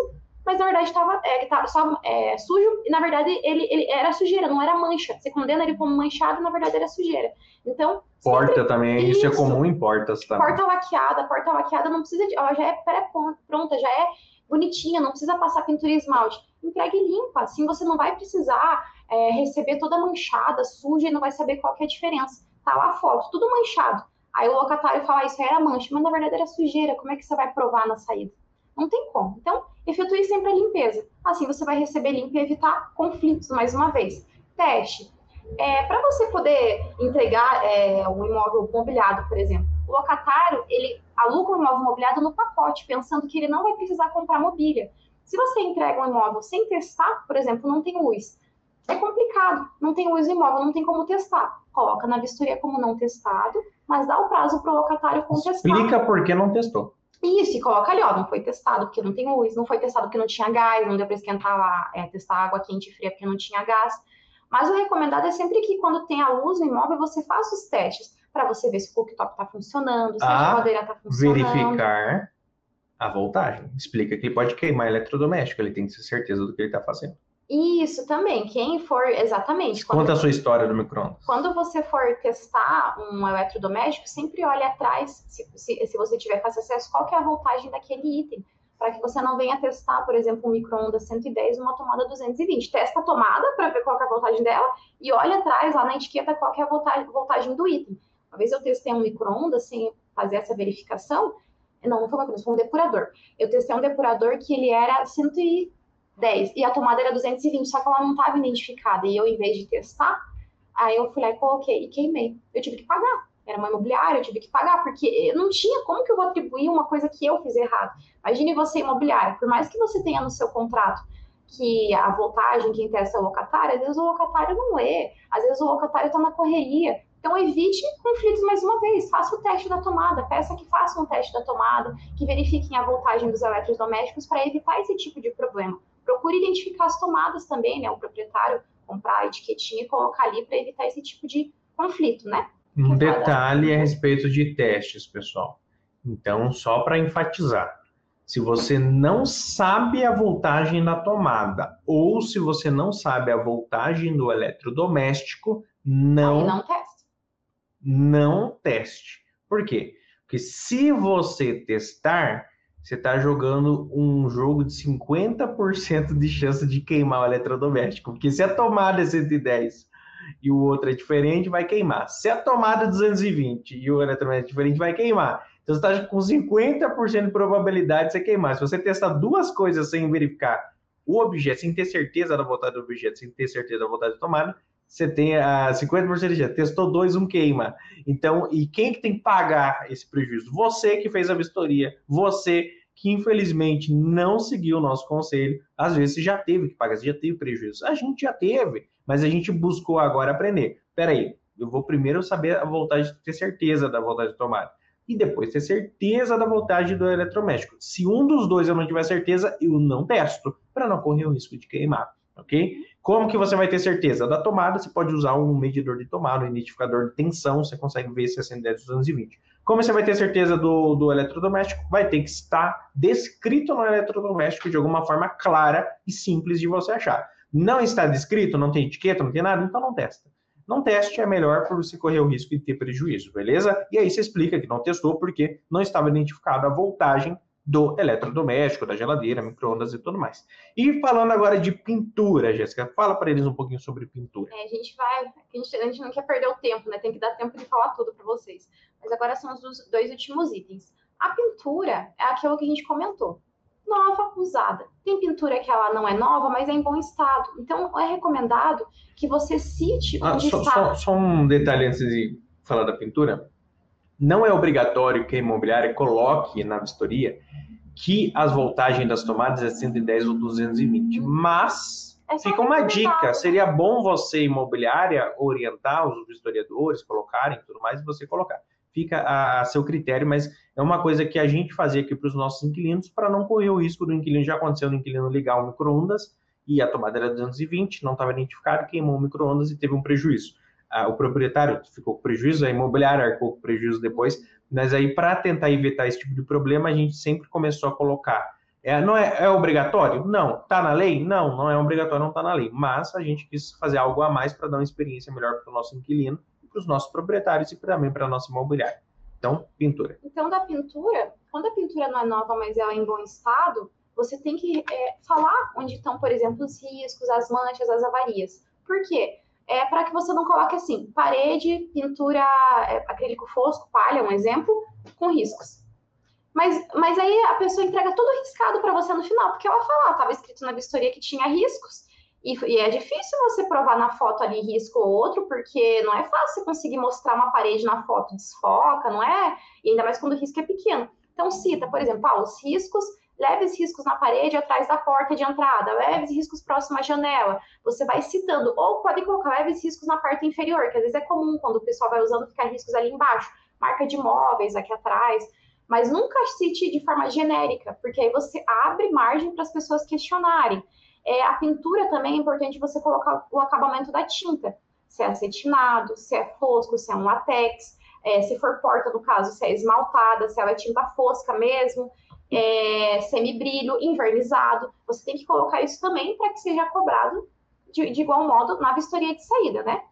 mas na verdade estava é, tava só é, sujo, e na verdade ele, ele era sujeira, não era mancha. Você condena ele como manchado, e na verdade era sujeira. Então, porta sempre... também, isso, isso é comum em portas também. Porta laqueada, porta laqueada não precisa de, ela já é pré-pronta, já é bonitinha, não precisa passar pintura e esmalte. Entregue limpa, assim você não vai precisar é, receber toda manchada, suja, e não vai saber qual que é a diferença. Tá lá a foto, tudo manchado. Aí o locatário fala, isso aí era mancha, mas na verdade era sujeira, como é que você vai provar na saída? Não tem como. Então, efetue sempre a limpeza. Assim você vai receber limpo e evitar conflitos, mais uma vez. Teste. É, para você poder entregar é, um imóvel mobiliado, por exemplo, o locatário, ele aluga o imóvel mobiliado no pacote, pensando que ele não vai precisar comprar mobília. Se você entrega um imóvel sem testar, por exemplo, não tem luz, é complicado, não tem luz no imóvel, não tem como testar. Coloca na vistoria como não testado, mas dá o prazo para o locatário contestar. Explica por que não testou. Isso, e coloca ali, ó, não foi testado porque não tem luz, não foi testado porque não tinha gás, não deu para esquentar lá, é, testar água quente e fria porque não tinha gás. Mas o recomendado é sempre que quando tem a luz no imóvel, você faça os testes para você ver se o cooktop está funcionando, se a, a geladeira está funcionando. Verificar a voltagem. Explica que ele pode queimar eletrodoméstico, ele tem que ter certeza do que ele está fazendo. Isso também, quem for, exatamente. Quando, Conta a sua história do micro-ondas. Quando você for testar um eletrodoméstico, sempre olhe atrás, se, se, se você tiver fácil acesso, qual que é a voltagem daquele item, para que você não venha testar, por exemplo, um micro-ondas cento e dez e uma tomada duzentos e vinte. Testa a tomada para ver qual que é a voltagem dela e olha atrás, lá na etiqueta, qual que é a voltagem, voltagem do item. Uma vez eu testei um micro-ondas sem fazer essa verificação, não, não foi um micro-ondas, foi um depurador. Eu testei um depurador que ele era cento e dez e a tomada era duzentos e vinte, só que ela não estava identificada. E eu, em vez de testar, aí eu fui lá e coloquei e queimei. Eu tive que pagar. Era uma imobiliária, eu tive que pagar, porque eu não tinha como que eu vou atribuir uma coisa que eu fiz errado. Imagine você imobiliária, por mais que você tenha no seu contrato que a voltagem, quem testa é o locatário, às vezes o locatário não lê, às vezes o locatário está na correria. Então evite conflitos mais uma vez, faça o teste da tomada, peça que façam um teste da tomada, que verifiquem a voltagem dos eletrodomésticos para evitar esse tipo de problema. Procure identificar as tomadas também, né? O proprietário comprar a etiquetinha e colocar ali para evitar esse tipo de conflito, né? Um detalhe a respeito de testes, pessoal. Então, só para enfatizar, se você não sabe a voltagem da tomada ou se você não sabe a voltagem do eletrodoméstico, não, Aí não teste. Não teste. Por quê? Porque se você testar, você está jogando um jogo de cinquenta por cento de chance de queimar o eletrodoméstico. Porque se a tomada é cento e dez e o outro é diferente, vai queimar. Se a tomada é duzentos e vinte e o eletrodoméstico é diferente, vai queimar. Então, você está com cinquenta por cento de probabilidade de você queimar. Se você testar duas coisas sem verificar o objeto, sem ter certeza da voltagem do objeto, sem ter certeza da voltagem da tomada, você tem a cinquenta por cento de chance. Testou dois, um queima. Então, e quem que tem que pagar esse prejuízo? Você que fez a vistoria, você que infelizmente não seguiu o nosso conselho, às vezes você já teve que pagar, você já teve prejuízo. A gente já teve, mas a gente buscou agora aprender. Peraí, eu vou primeiro saber a voltagem, ter certeza da voltagem de tomada. E depois ter certeza da voltagem do eletrodoméstico. Se um dos dois eu não tiver certeza, eu não testo, para não correr o risco de queimar, ok? Como que você vai ter certeza? Da tomada, você pode usar um medidor de tomada, um identificador de tensão, você consegue ver se é cento e dez ou duzentos e vinte. Como você vai ter certeza do, do eletrodoméstico? Vai ter que estar descrito no eletrodoméstico de alguma forma clara e simples de você achar. Não está descrito, não tem etiqueta, não tem nada, então não testa. Não teste, é melhor para você correr o risco de ter prejuízo, beleza? E aí você explica que não testou porque não estava identificada a voltagem do eletrodoméstico, da geladeira, micro-ondas e tudo mais. E falando agora de pintura, Jéssica, fala para eles um pouquinho sobre pintura. É, a gente vai, a gente, a gente não quer perder o tempo, né? Tem que dar tempo de falar tudo para vocês. Mas agora são os dois últimos itens. A pintura é aquilo que a gente comentou. Nova, usada. Tem pintura que ela não é nova, mas é em bom estado. Então, é recomendado que você cite onde ah, só, está... Só, só um detalhe antes de falar da pintura. Não é obrigatório que a imobiliária coloque na vistoria que as voltagens das tomadas é cento e dez ou duzentos e vinte. Mas é fica uma dica. Seria bom você, imobiliária, orientar os vistoriadores, colocarem tudo mais e você colocar. Fica a, a seu critério, mas é uma coisa que a gente fazia aqui para os nossos inquilinos para não correr o risco do inquilino. Já aconteceu no inquilino ligar um micro-ondas e a tomada era duzentos e vinte, não estava identificado, queimou o micro-ondas e teve um prejuízo. Ah, o proprietário ficou com prejuízo, a imobiliária arcou com prejuízo depois, mas aí para tentar evitar esse tipo de problema, a gente sempre começou a colocar É, não é, é obrigatório? Não. Está na lei? Não, não é obrigatório, não está na lei. Mas a gente quis fazer algo a mais para dar uma experiência melhor para o nosso inquilino, para os nossos proprietários e também para a nossa imobiliária. Então, pintura. Então, da pintura, quando a pintura não é nova, mas ela é em bom estado, você tem que é, falar onde estão, por exemplo, os riscos, as manchas, as avarias. Por quê? É para que você não coloque assim, parede, pintura, é, acrílico fosco, palha, um exemplo, com riscos. Mas, mas aí a pessoa entrega tudo riscado para você no final, porque ela fala, estava escrito na vistoria que tinha riscos, e, e é difícil você provar na foto ali risco ou outro, porque não é fácil você conseguir mostrar uma parede na foto, desfoca, não é? E ainda mais quando o risco é pequeno. Então cita, por exemplo, ah, os riscos, leves riscos na parede atrás da porta de entrada, leves riscos próximo à janela. Você vai citando, ou pode colocar leves riscos na parte inferior, que às vezes é comum quando o pessoal vai usando ficar riscos ali embaixo, marca de móveis aqui atrás. Mas nunca cite de forma genérica, porque aí você abre margem para as pessoas questionarem. É, a pintura também é importante você colocar o acabamento da tinta, se é acetinado, se é fosco, se é um látex, é, se for porta, no caso, se é esmaltada, se ela é tinta fosca mesmo, é, semibrilho, invernizado. Você tem que colocar isso também para que seja cobrado de, de igual modo na vistoria de saída, né?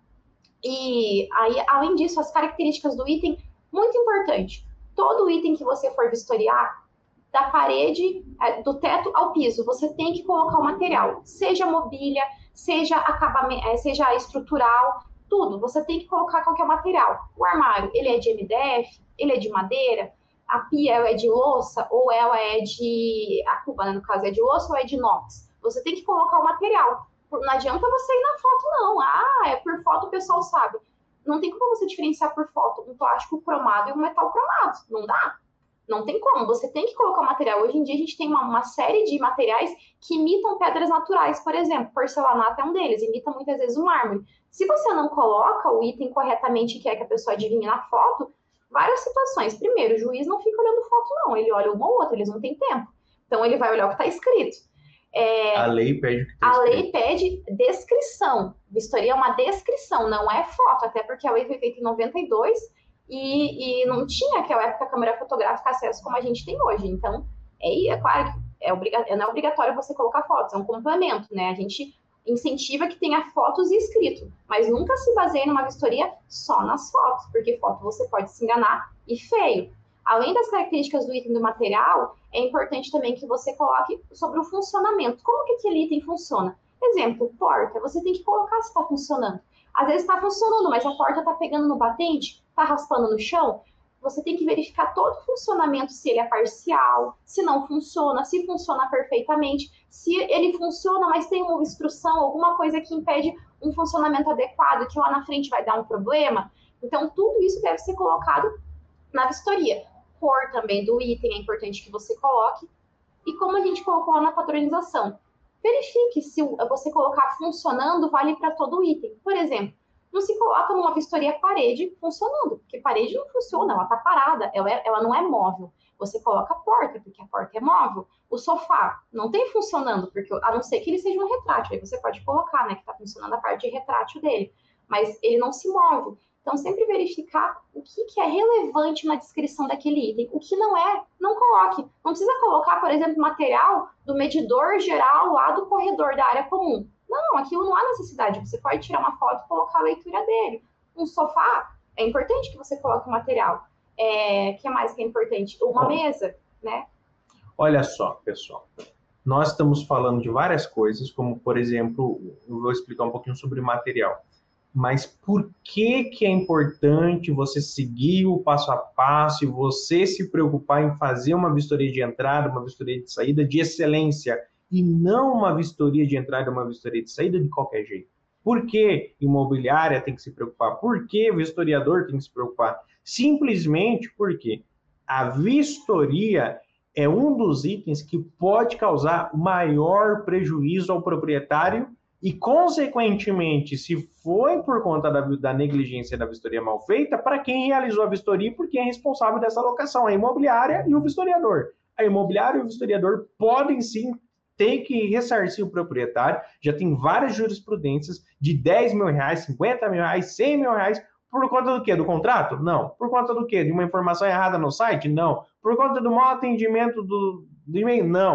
E aí, além disso, as características do item, muito importante. Todo item que você for vistoriar, da parede, do teto ao piso, você tem que colocar o material, seja mobília, seja acabamento, seja estrutural, tudo, você tem que colocar qualquer material. O armário, ele é de M D F, ele é de madeira, a pia ela é de louça, ou ela é de, a cuba, né, no caso, é de louça ou é de inox. Você tem que colocar o material. Não adianta você ir na foto, não. Ah, é por foto, o pessoal sabe. Não tem como você diferenciar por foto um plástico cromado e um metal cromado. Não dá. Não tem como. Você tem que colocar o material. Hoje em dia a gente tem uma, uma série de materiais que imitam pedras naturais, por exemplo. Porcelanato é um deles. Imita muitas vezes o mármore. Se você não coloca o item corretamente e quer que a pessoa adivinhe na foto, várias situações. Primeiro, o juiz não fica olhando foto, não. Ele olha uma ou outra. Eles não têm tempo. Então ele vai olhar o que está escrito. É, a lei pede o que tá a escrito. lei pede descrição. Vistoria é uma descrição, não é foto, até porque a lei foi feita em noventa e dois e, e não tinha naquela época câmera fotográfica acesso como a gente tem hoje. Então, é, é claro que é obriga- não é obrigatório você colocar fotos, é um complemento, né? A gente incentiva que tenha fotos e escrito, mas nunca se baseie numa vistoria só nas fotos, porque foto você pode se enganar e feio. Além das características do item do material, é importante também que você coloque sobre o funcionamento. Como que aquele item funciona? Exemplo, porta. Você tem que colocar se está funcionando. Às vezes está funcionando, mas a porta está pegando no batente, está raspando no chão. Você tem que verificar todo o funcionamento, se ele é parcial, se não funciona, se funciona perfeitamente, se ele funciona, mas tem uma obstrução, alguma coisa que impede um funcionamento adequado, que lá na frente vai dar um problema. Então, tudo isso deve ser colocado na vistoria. Cor também do item é importante que você coloque. E como a gente colocou lá na padronização, verifique se você colocar funcionando vale para todo o item. Por exemplo, não se coloca numa vistoria parede funcionando, porque parede não funciona, ela está parada, ela, é, ela não é móvel. Você coloca a porta, porque a porta é móvel. O sofá não tem funcionando, porque a não ser que ele seja um retrátil, aí você pode colocar, né, que está funcionando a parte de retrátil dele, mas ele não se move. Então, sempre verificar o que, que é relevante na descrição daquele item. O que não é, não coloque. Não precisa colocar, por exemplo, material do medidor geral lá do corredor da área comum. Não, aquilo não há necessidade. Você pode tirar uma foto e colocar a leitura dele. Um sofá, é importante que você coloque o material. É, o que mais que é importante? Uma mesa, né? Olha só, pessoal. Nós estamos falando de várias coisas, como, por exemplo, eu vou explicar um pouquinho sobre material. Mas por que que é importante você seguir o passo a passo e você se preocupar em fazer uma vistoria de entrada, uma vistoria de saída de excelência e não uma vistoria de entrada, uma vistoria de saída de qualquer jeito? Por que imobiliária tem que se preocupar? Por que o historiador tem que se preocupar? Simplesmente porque a vistoria é um dos itens que pode causar maior prejuízo ao proprietário e, consequentemente, se foi por conta da, da negligência da vistoria mal feita, para quem realizou a vistoria e por quem é responsável dessa locação, a imobiliária e o vistoriador. A imobiliária e o vistoriador podem sim ter que ressarcir o proprietário. Já tem várias jurisprudências de dez mil reais, cinquenta mil reais, cem mil reais. Por conta do quê? Do contrato? Não. Por conta do quê? De uma informação errada no site? Não. Por conta do mau atendimento do, do e-mail? Não.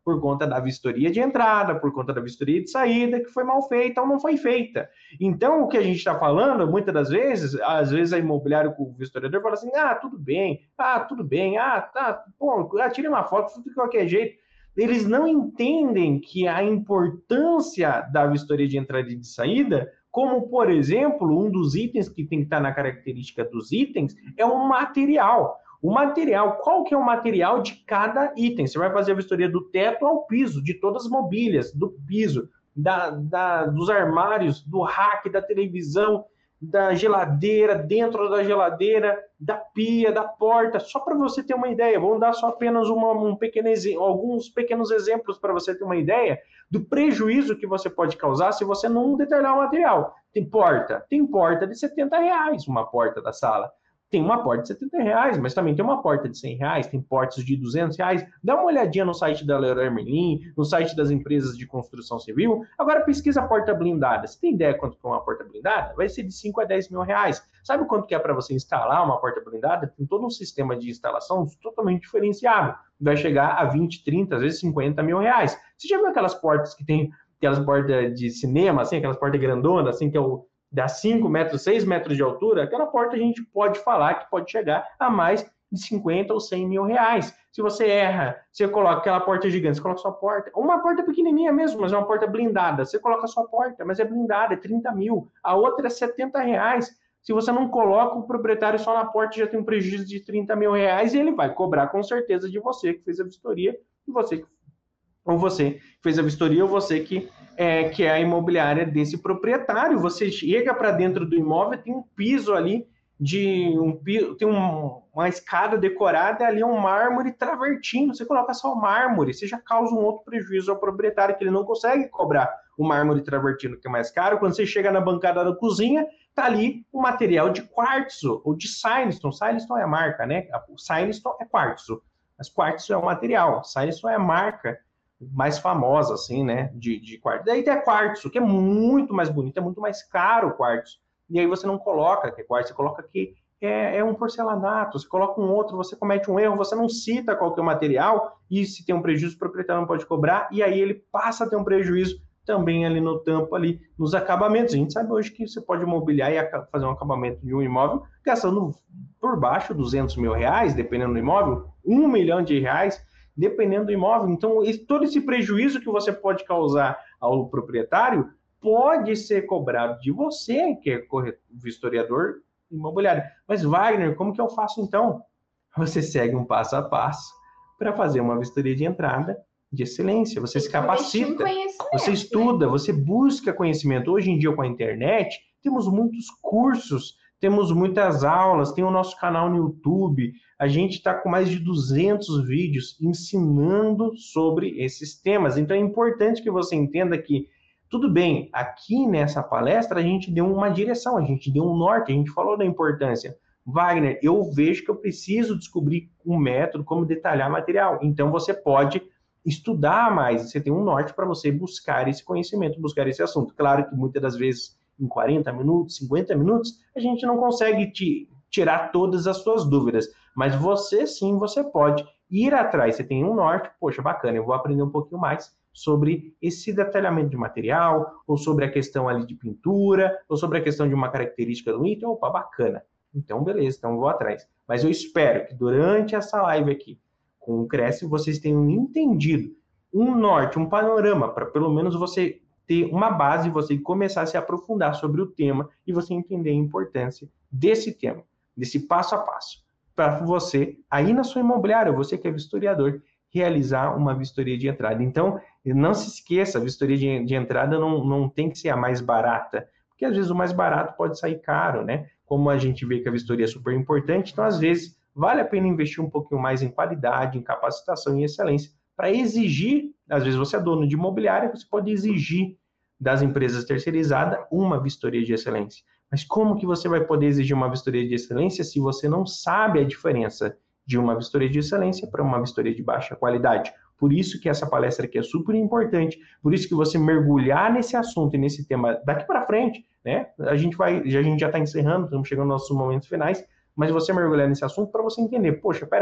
por conta da vistoria de entrada, por conta da vistoria de saída, que foi mal feita ou não foi feita. Então, o que a gente está falando, muitas das vezes, às vezes a imobiliária com o vistoriador fala assim, ah, tudo bem, ah, tudo bem, ah, tá, pô, tira uma foto, tudo de qualquer jeito. Eles não entendem que a importância da vistoria de entrada e de saída, como, por exemplo, um dos itens que tem que estar na característica dos itens, é o material. O material, qual que é o material de cada item? Você vai fazer a vistoria do teto ao piso, de todas as mobílias, do piso, da, da, dos armários, do rack, da televisão, da geladeira, dentro da geladeira, da pia, da porta, só para você ter uma ideia. Vamos dar só apenas uma, um pequeno, alguns pequenos exemplos para você ter uma ideia do prejuízo que você pode causar se você não detalhar o material. Tem porta, tem porta de setenta reais, uma porta da sala. Tem uma porta de setenta reais, mas também tem uma porta de cem reais, tem portas de duzentos reais. Dá uma olhadinha no site da Leroy Merlin, no site das empresas de construção civil. Agora pesquisa a porta blindada. Você tem ideia quanto que é uma porta blindada? Vai ser de cinco a dez mil reais. Sabe quanto que é para você instalar uma porta blindada? Tem todo um sistema de instalação totalmente diferenciado. Vai chegar a vinte, trinta, às vezes cinquenta mil reais. Você já viu aquelas portas que tem, aquelas portas de cinema, assim, aquelas portas grandonas, assim, que é o dá cinco metros, seis metros de altura, aquela porta a gente pode falar que pode chegar a mais de cinquenta ou cem mil reais. Se você erra, você coloca aquela porta gigante, você coloca sua porta, uma porta pequenininha mesmo, mas é uma porta blindada, você coloca a sua porta, mas é blindada, é trinta mil, a outra é setenta reais. Se você não coloca o proprietário só na porta, já tem um prejuízo de trinta mil reais e ele vai cobrar com certeza de você que fez a vistoria e você que ou você fez a vistoria, ou você que é, que é a imobiliária desse proprietário. Você chega para dentro do imóvel, tem um piso ali, de um tem um, uma escada decorada, ali é um mármore travertino, você coloca só o mármore, você já causa um outro prejuízo ao proprietário, que ele não consegue cobrar o mármore travertino, que é mais caro. Quando você chega na bancada da cozinha, tá ali um material de quartzo, ou de Silestone. Silestone é a marca, né? O Silestone é quartzo, mas quartzo é o material, Silestone é a marca mais famosa, assim, né, de, de quartzo. Daí tem quartzo, que é muito mais bonito, é muito mais caro o quartzo. E aí você não coloca que é quartzo, você coloca que é, é um porcelanato, você coloca um outro, você comete um erro, você não cita qual que é o material, e se tem um prejuízo, o proprietário não pode cobrar, e aí ele passa a ter um prejuízo também ali no tampo, ali nos acabamentos. A gente sabe hoje que você pode mobiliar e fazer um acabamento de um imóvel gastando por baixo duzentos mil reais, dependendo do imóvel, um milhão de reais, dependendo do imóvel. Então, todo esse prejuízo que você pode causar ao proprietário pode ser cobrado de você, que é vistoriador imobiliário. Mas, Wagner, como que eu faço então? Você segue um passo a passo para fazer uma vistoria de entrada de excelência. Você se capacita, você estuda, você busca conhecimento. Hoje em dia, com a internet, temos muitos cursos, temos muitas aulas, tem o nosso canal no YouTube. A gente está com mais de duzentos vídeos ensinando sobre esses temas. Então, é importante que você entenda que, tudo bem, aqui nessa palestra a gente deu uma direção, a gente deu um norte, a gente falou da importância. Wagner, eu vejo que eu preciso descobrir um método, como detalhar material. Então, você pode estudar mais, você tem um norte para você buscar esse conhecimento, buscar esse assunto. Claro que muitas das vezes, em quarenta minutos, cinquenta minutos, a gente não consegue te tirar todas as suas dúvidas, mas você sim, você pode ir atrás. Você tem um norte, poxa, bacana, eu vou aprender um pouquinho mais sobre esse detalhamento de material, ou sobre a questão ali de pintura, ou sobre a questão de uma característica do item. Opa, bacana. Então, beleza, então eu vou atrás. Mas eu espero que durante essa live aqui, com o Cresce, vocês tenham entendido um norte, um panorama, para pelo menos você ter uma base, você começar a se aprofundar sobre o tema e você entender a importância desse tema, desse passo a passo, para você, aí na sua imobiliária, você que é vistoriador, realizar uma vistoria de entrada. Então, não se esqueça, a vistoria de, de entrada não, não tem que ser a mais barata, porque às vezes o mais barato pode sair caro, né? Como a gente vê que a vistoria é super importante, então às vezes vale a pena investir um pouquinho mais em qualidade, em capacitação e excelência, para exigir, às vezes você é dono de imobiliária, você pode exigir das empresas terceirizadas uma vistoria de excelência. Mas como que você vai poder exigir uma vistoria de excelência se você não sabe a diferença de uma vistoria de excelência para uma vistoria de baixa qualidade? Por isso que essa palestra aqui é super importante, por isso que você mergulhar nesse assunto e nesse tema daqui para frente, né? A gente vai, a gente já está encerrando, estamos chegando aos nossos momentos finais, mas você mergulhar nesse assunto para você entender, poxa, peraí,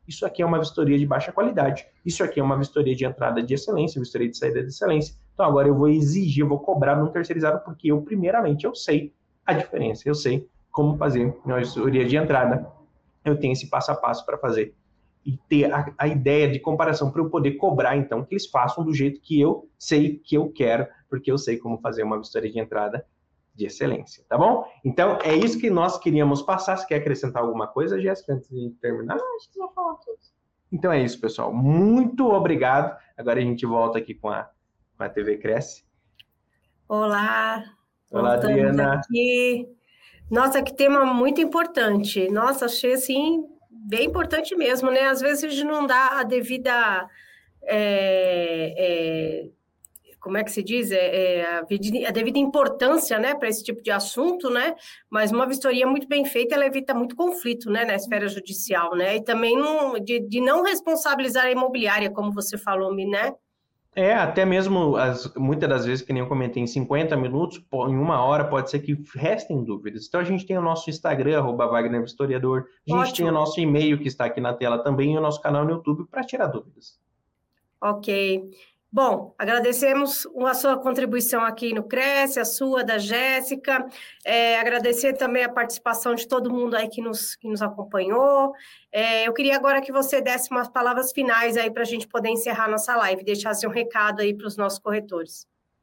isso aqui é uma vistoria de baixa qualidade, isso aqui é uma vistoria de entrada de excelência, vistoria de saída de excelência. Então agora eu vou exigir, eu vou cobrar de um terceirizado, porque eu, primeiramente, eu sei a diferença, eu sei como fazer uma vistoria de entrada, eu tenho esse passo a passo para fazer. E ter a, a ideia de comparação para eu poder cobrar, então, que eles façam do jeito que eu sei que eu quero, porque eu sei como fazer uma vistoria de entrada de excelência, tá bom? Então, é isso que nós queríamos passar. Você quer acrescentar alguma coisa, Jéssica, antes de terminar? Não, acho que já falou tudo. Então é isso, pessoal. Muito obrigado. Agora a gente volta aqui com a, com a T V Cresce. Olá. Olá, Adriana. Aqui. Nossa, que tema muito importante. Nossa, achei assim, bem importante mesmo, né? Às vezes a gente não dá a devida... É, é, como é que se diz? É, é, a, a devida importância, né, para esse tipo de assunto, né? Mas uma vistoria muito bem feita, ela evita muito conflito, né, na esfera judicial, né? E também não, de, de não responsabilizar a imobiliária, como você falou, né? É, até mesmo, as, muitas das vezes, que nem eu comentei, em cinquenta minutos, em uma hora, pode ser que restem dúvidas. Então, a gente tem o nosso Instagram, arroba Wagner Vistoriador, a gente Ótimo. Tem o nosso e-mail, que está aqui na tela também, e o nosso canal no YouTube, para tirar dúvidas. Ok. Bom, agradecemos a sua contribuição aqui no Cresce, a sua, da Jéssica, é, agradecer também a participação de todo mundo aí que nos, que nos acompanhou. É, eu queria agora que você desse umas palavras finais aí para a gente poder encerrar nossa live, deixasse um recado aí para os nossos corretores.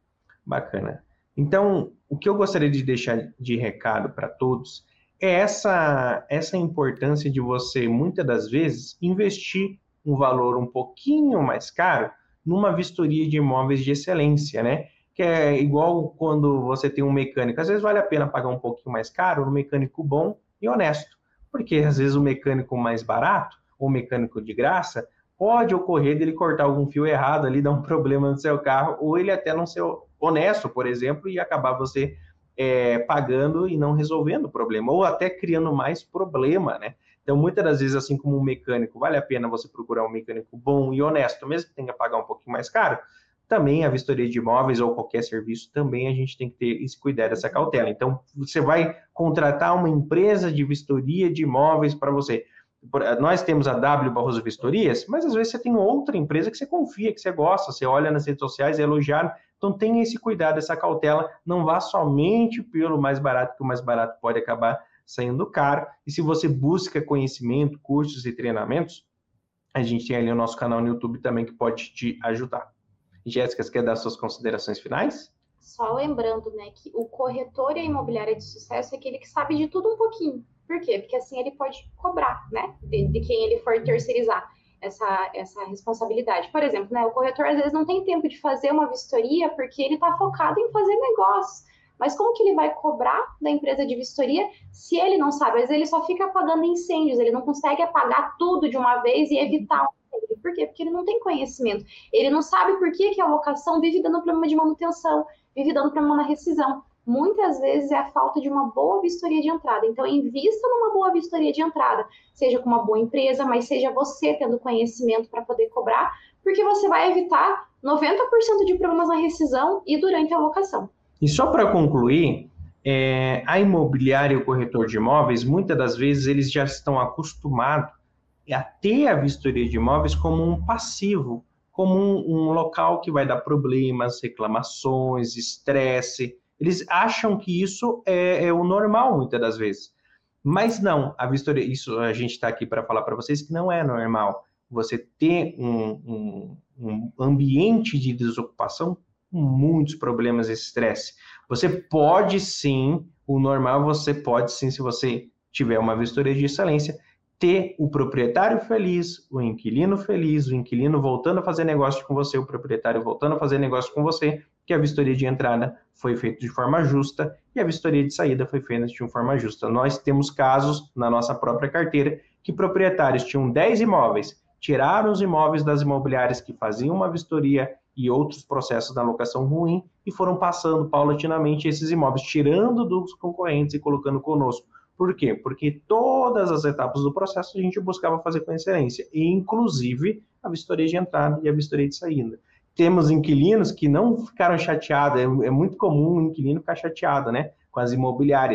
Bacana. Então, o que eu gostaria de deixar de recado para todos é essa, essa importância de você, muitas das vezes, investir um valor um pouquinho mais caro numa vistoria de imóveis de excelência, né? Que é igual quando você tem um mecânico. Às vezes vale a pena pagar um pouquinho mais caro no mecânico bom e honesto. Porque às vezes o mecânico mais barato, ou mecânico de graça, pode ocorrer dele cortar algum fio errado ali, dar um problema no seu carro, ou ele até não ser honesto, por exemplo, e acabar você é, pagando e não resolvendo o problema, ou até criando mais problema, né? Então, muitas das vezes, assim como um mecânico, vale a pena você procurar um mecânico bom e honesto, mesmo que tenha que pagar um pouquinho mais caro. Também a vistoria de imóveis ou qualquer serviço, também a gente tem que ter esse cuidado, essa cautela. Então, você vai contratar uma empresa de vistoria de imóveis para você. Nós temos a W Barroso Vistorias, mas às vezes você tem outra empresa que você confia, que você gosta, você olha nas redes sociais, é elogiado. Então, tenha esse cuidado, essa cautela. Não vá somente pelo mais barato, que o mais barato pode acabar saindo caro. E se você busca conhecimento, cursos e treinamentos, a gente tem ali o nosso canal no YouTube também que pode te ajudar. Jéssica, você quer dar suas considerações finais? Só lembrando, né, que o corretor e a imobiliária de sucesso é aquele que sabe de tudo um pouquinho. Por quê? Porque assim ele pode cobrar, né, de, de quem ele for terceirizar essa, essa responsabilidade. Por exemplo, né, o corretor às vezes não tem tempo de fazer uma vistoria porque ele está focado em fazer negócios. Mas como que ele vai cobrar da empresa de vistoria se ele não sabe? Às vezes ele só fica apagando incêndios, ele não consegue apagar tudo de uma vez e evitar um incêndio. Por quê? Porque ele não tem conhecimento. Ele não sabe por que, que a locação vive dando problema de manutenção, vive dando problema na rescisão. Muitas vezes é a falta de uma boa vistoria de entrada. Então, invista numa boa vistoria de entrada, seja com uma boa empresa, mas seja você tendo conhecimento para poder cobrar, porque você vai evitar noventa por cento de problemas na rescisão e durante a locação. E só para concluir, é, a imobiliária e o corretor de imóveis, muitas das vezes, eles já estão acostumados a ter a vistoria de imóveis como um passivo, como um, um local que vai dar problemas, reclamações, estresse. Eles acham que isso é, é o normal, muitas das vezes. Mas não, a vistoria, isso a gente está aqui para falar para vocês que não é normal. Você ter um, um, um ambiente de desocupação com muitos problemas e estresse. Você pode sim, o normal você pode sim, se você tiver uma vistoria de excelência, ter o proprietário feliz, o inquilino feliz, o inquilino voltando a fazer negócio com você, o proprietário voltando a fazer negócio com você, que a vistoria de entrada foi feita de forma justa e a vistoria de saída foi feita de forma justa. Nós temos casos na nossa própria carteira que proprietários tinham dez imóveis, tiraram os imóveis das imobiliárias que faziam uma vistoria e outros processos da locação ruim e foram passando paulatinamente esses imóveis, tirando dos concorrentes e colocando conosco. Por quê? Porque todas as etapas do processo a gente buscava fazer com excelência, inclusive a vistoria de entrada e a vistoria de saída. Temos inquilinos que não ficaram chateados, é, é muito comum o inquilino ficar chateado, né, com as imobiliárias.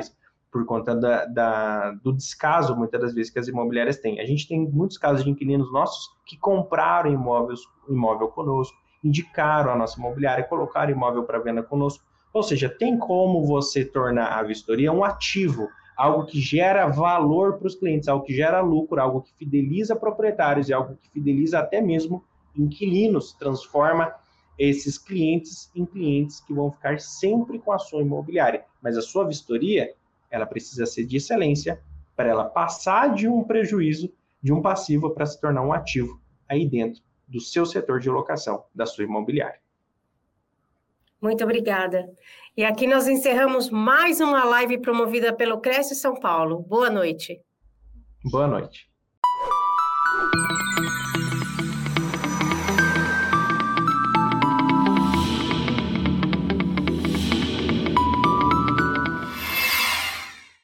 por conta da, da, do descaso, muitas das vezes, que as imobiliárias têm. A gente tem muitos casos de inquilinos nossos que compraram imóveis, imóvel conosco, indicaram a nossa imobiliária, colocaram imóvel para venda conosco. Ou seja, tem como você tornar a vistoria um ativo, algo que gera valor para os clientes, algo que gera lucro, algo que fideliza proprietários e algo que fideliza até mesmo inquilinos, transforma esses clientes em clientes que vão ficar sempre com a sua imobiliária. Mas a sua vistoria, ela precisa ser de excelência para ela passar de um prejuízo, de um passivo, para se tornar um ativo aí dentro do seu setor de locação, da sua imobiliária. Muito obrigada. E aqui nós encerramos mais uma live promovida pelo Cresce São Paulo. Boa noite. Boa noite.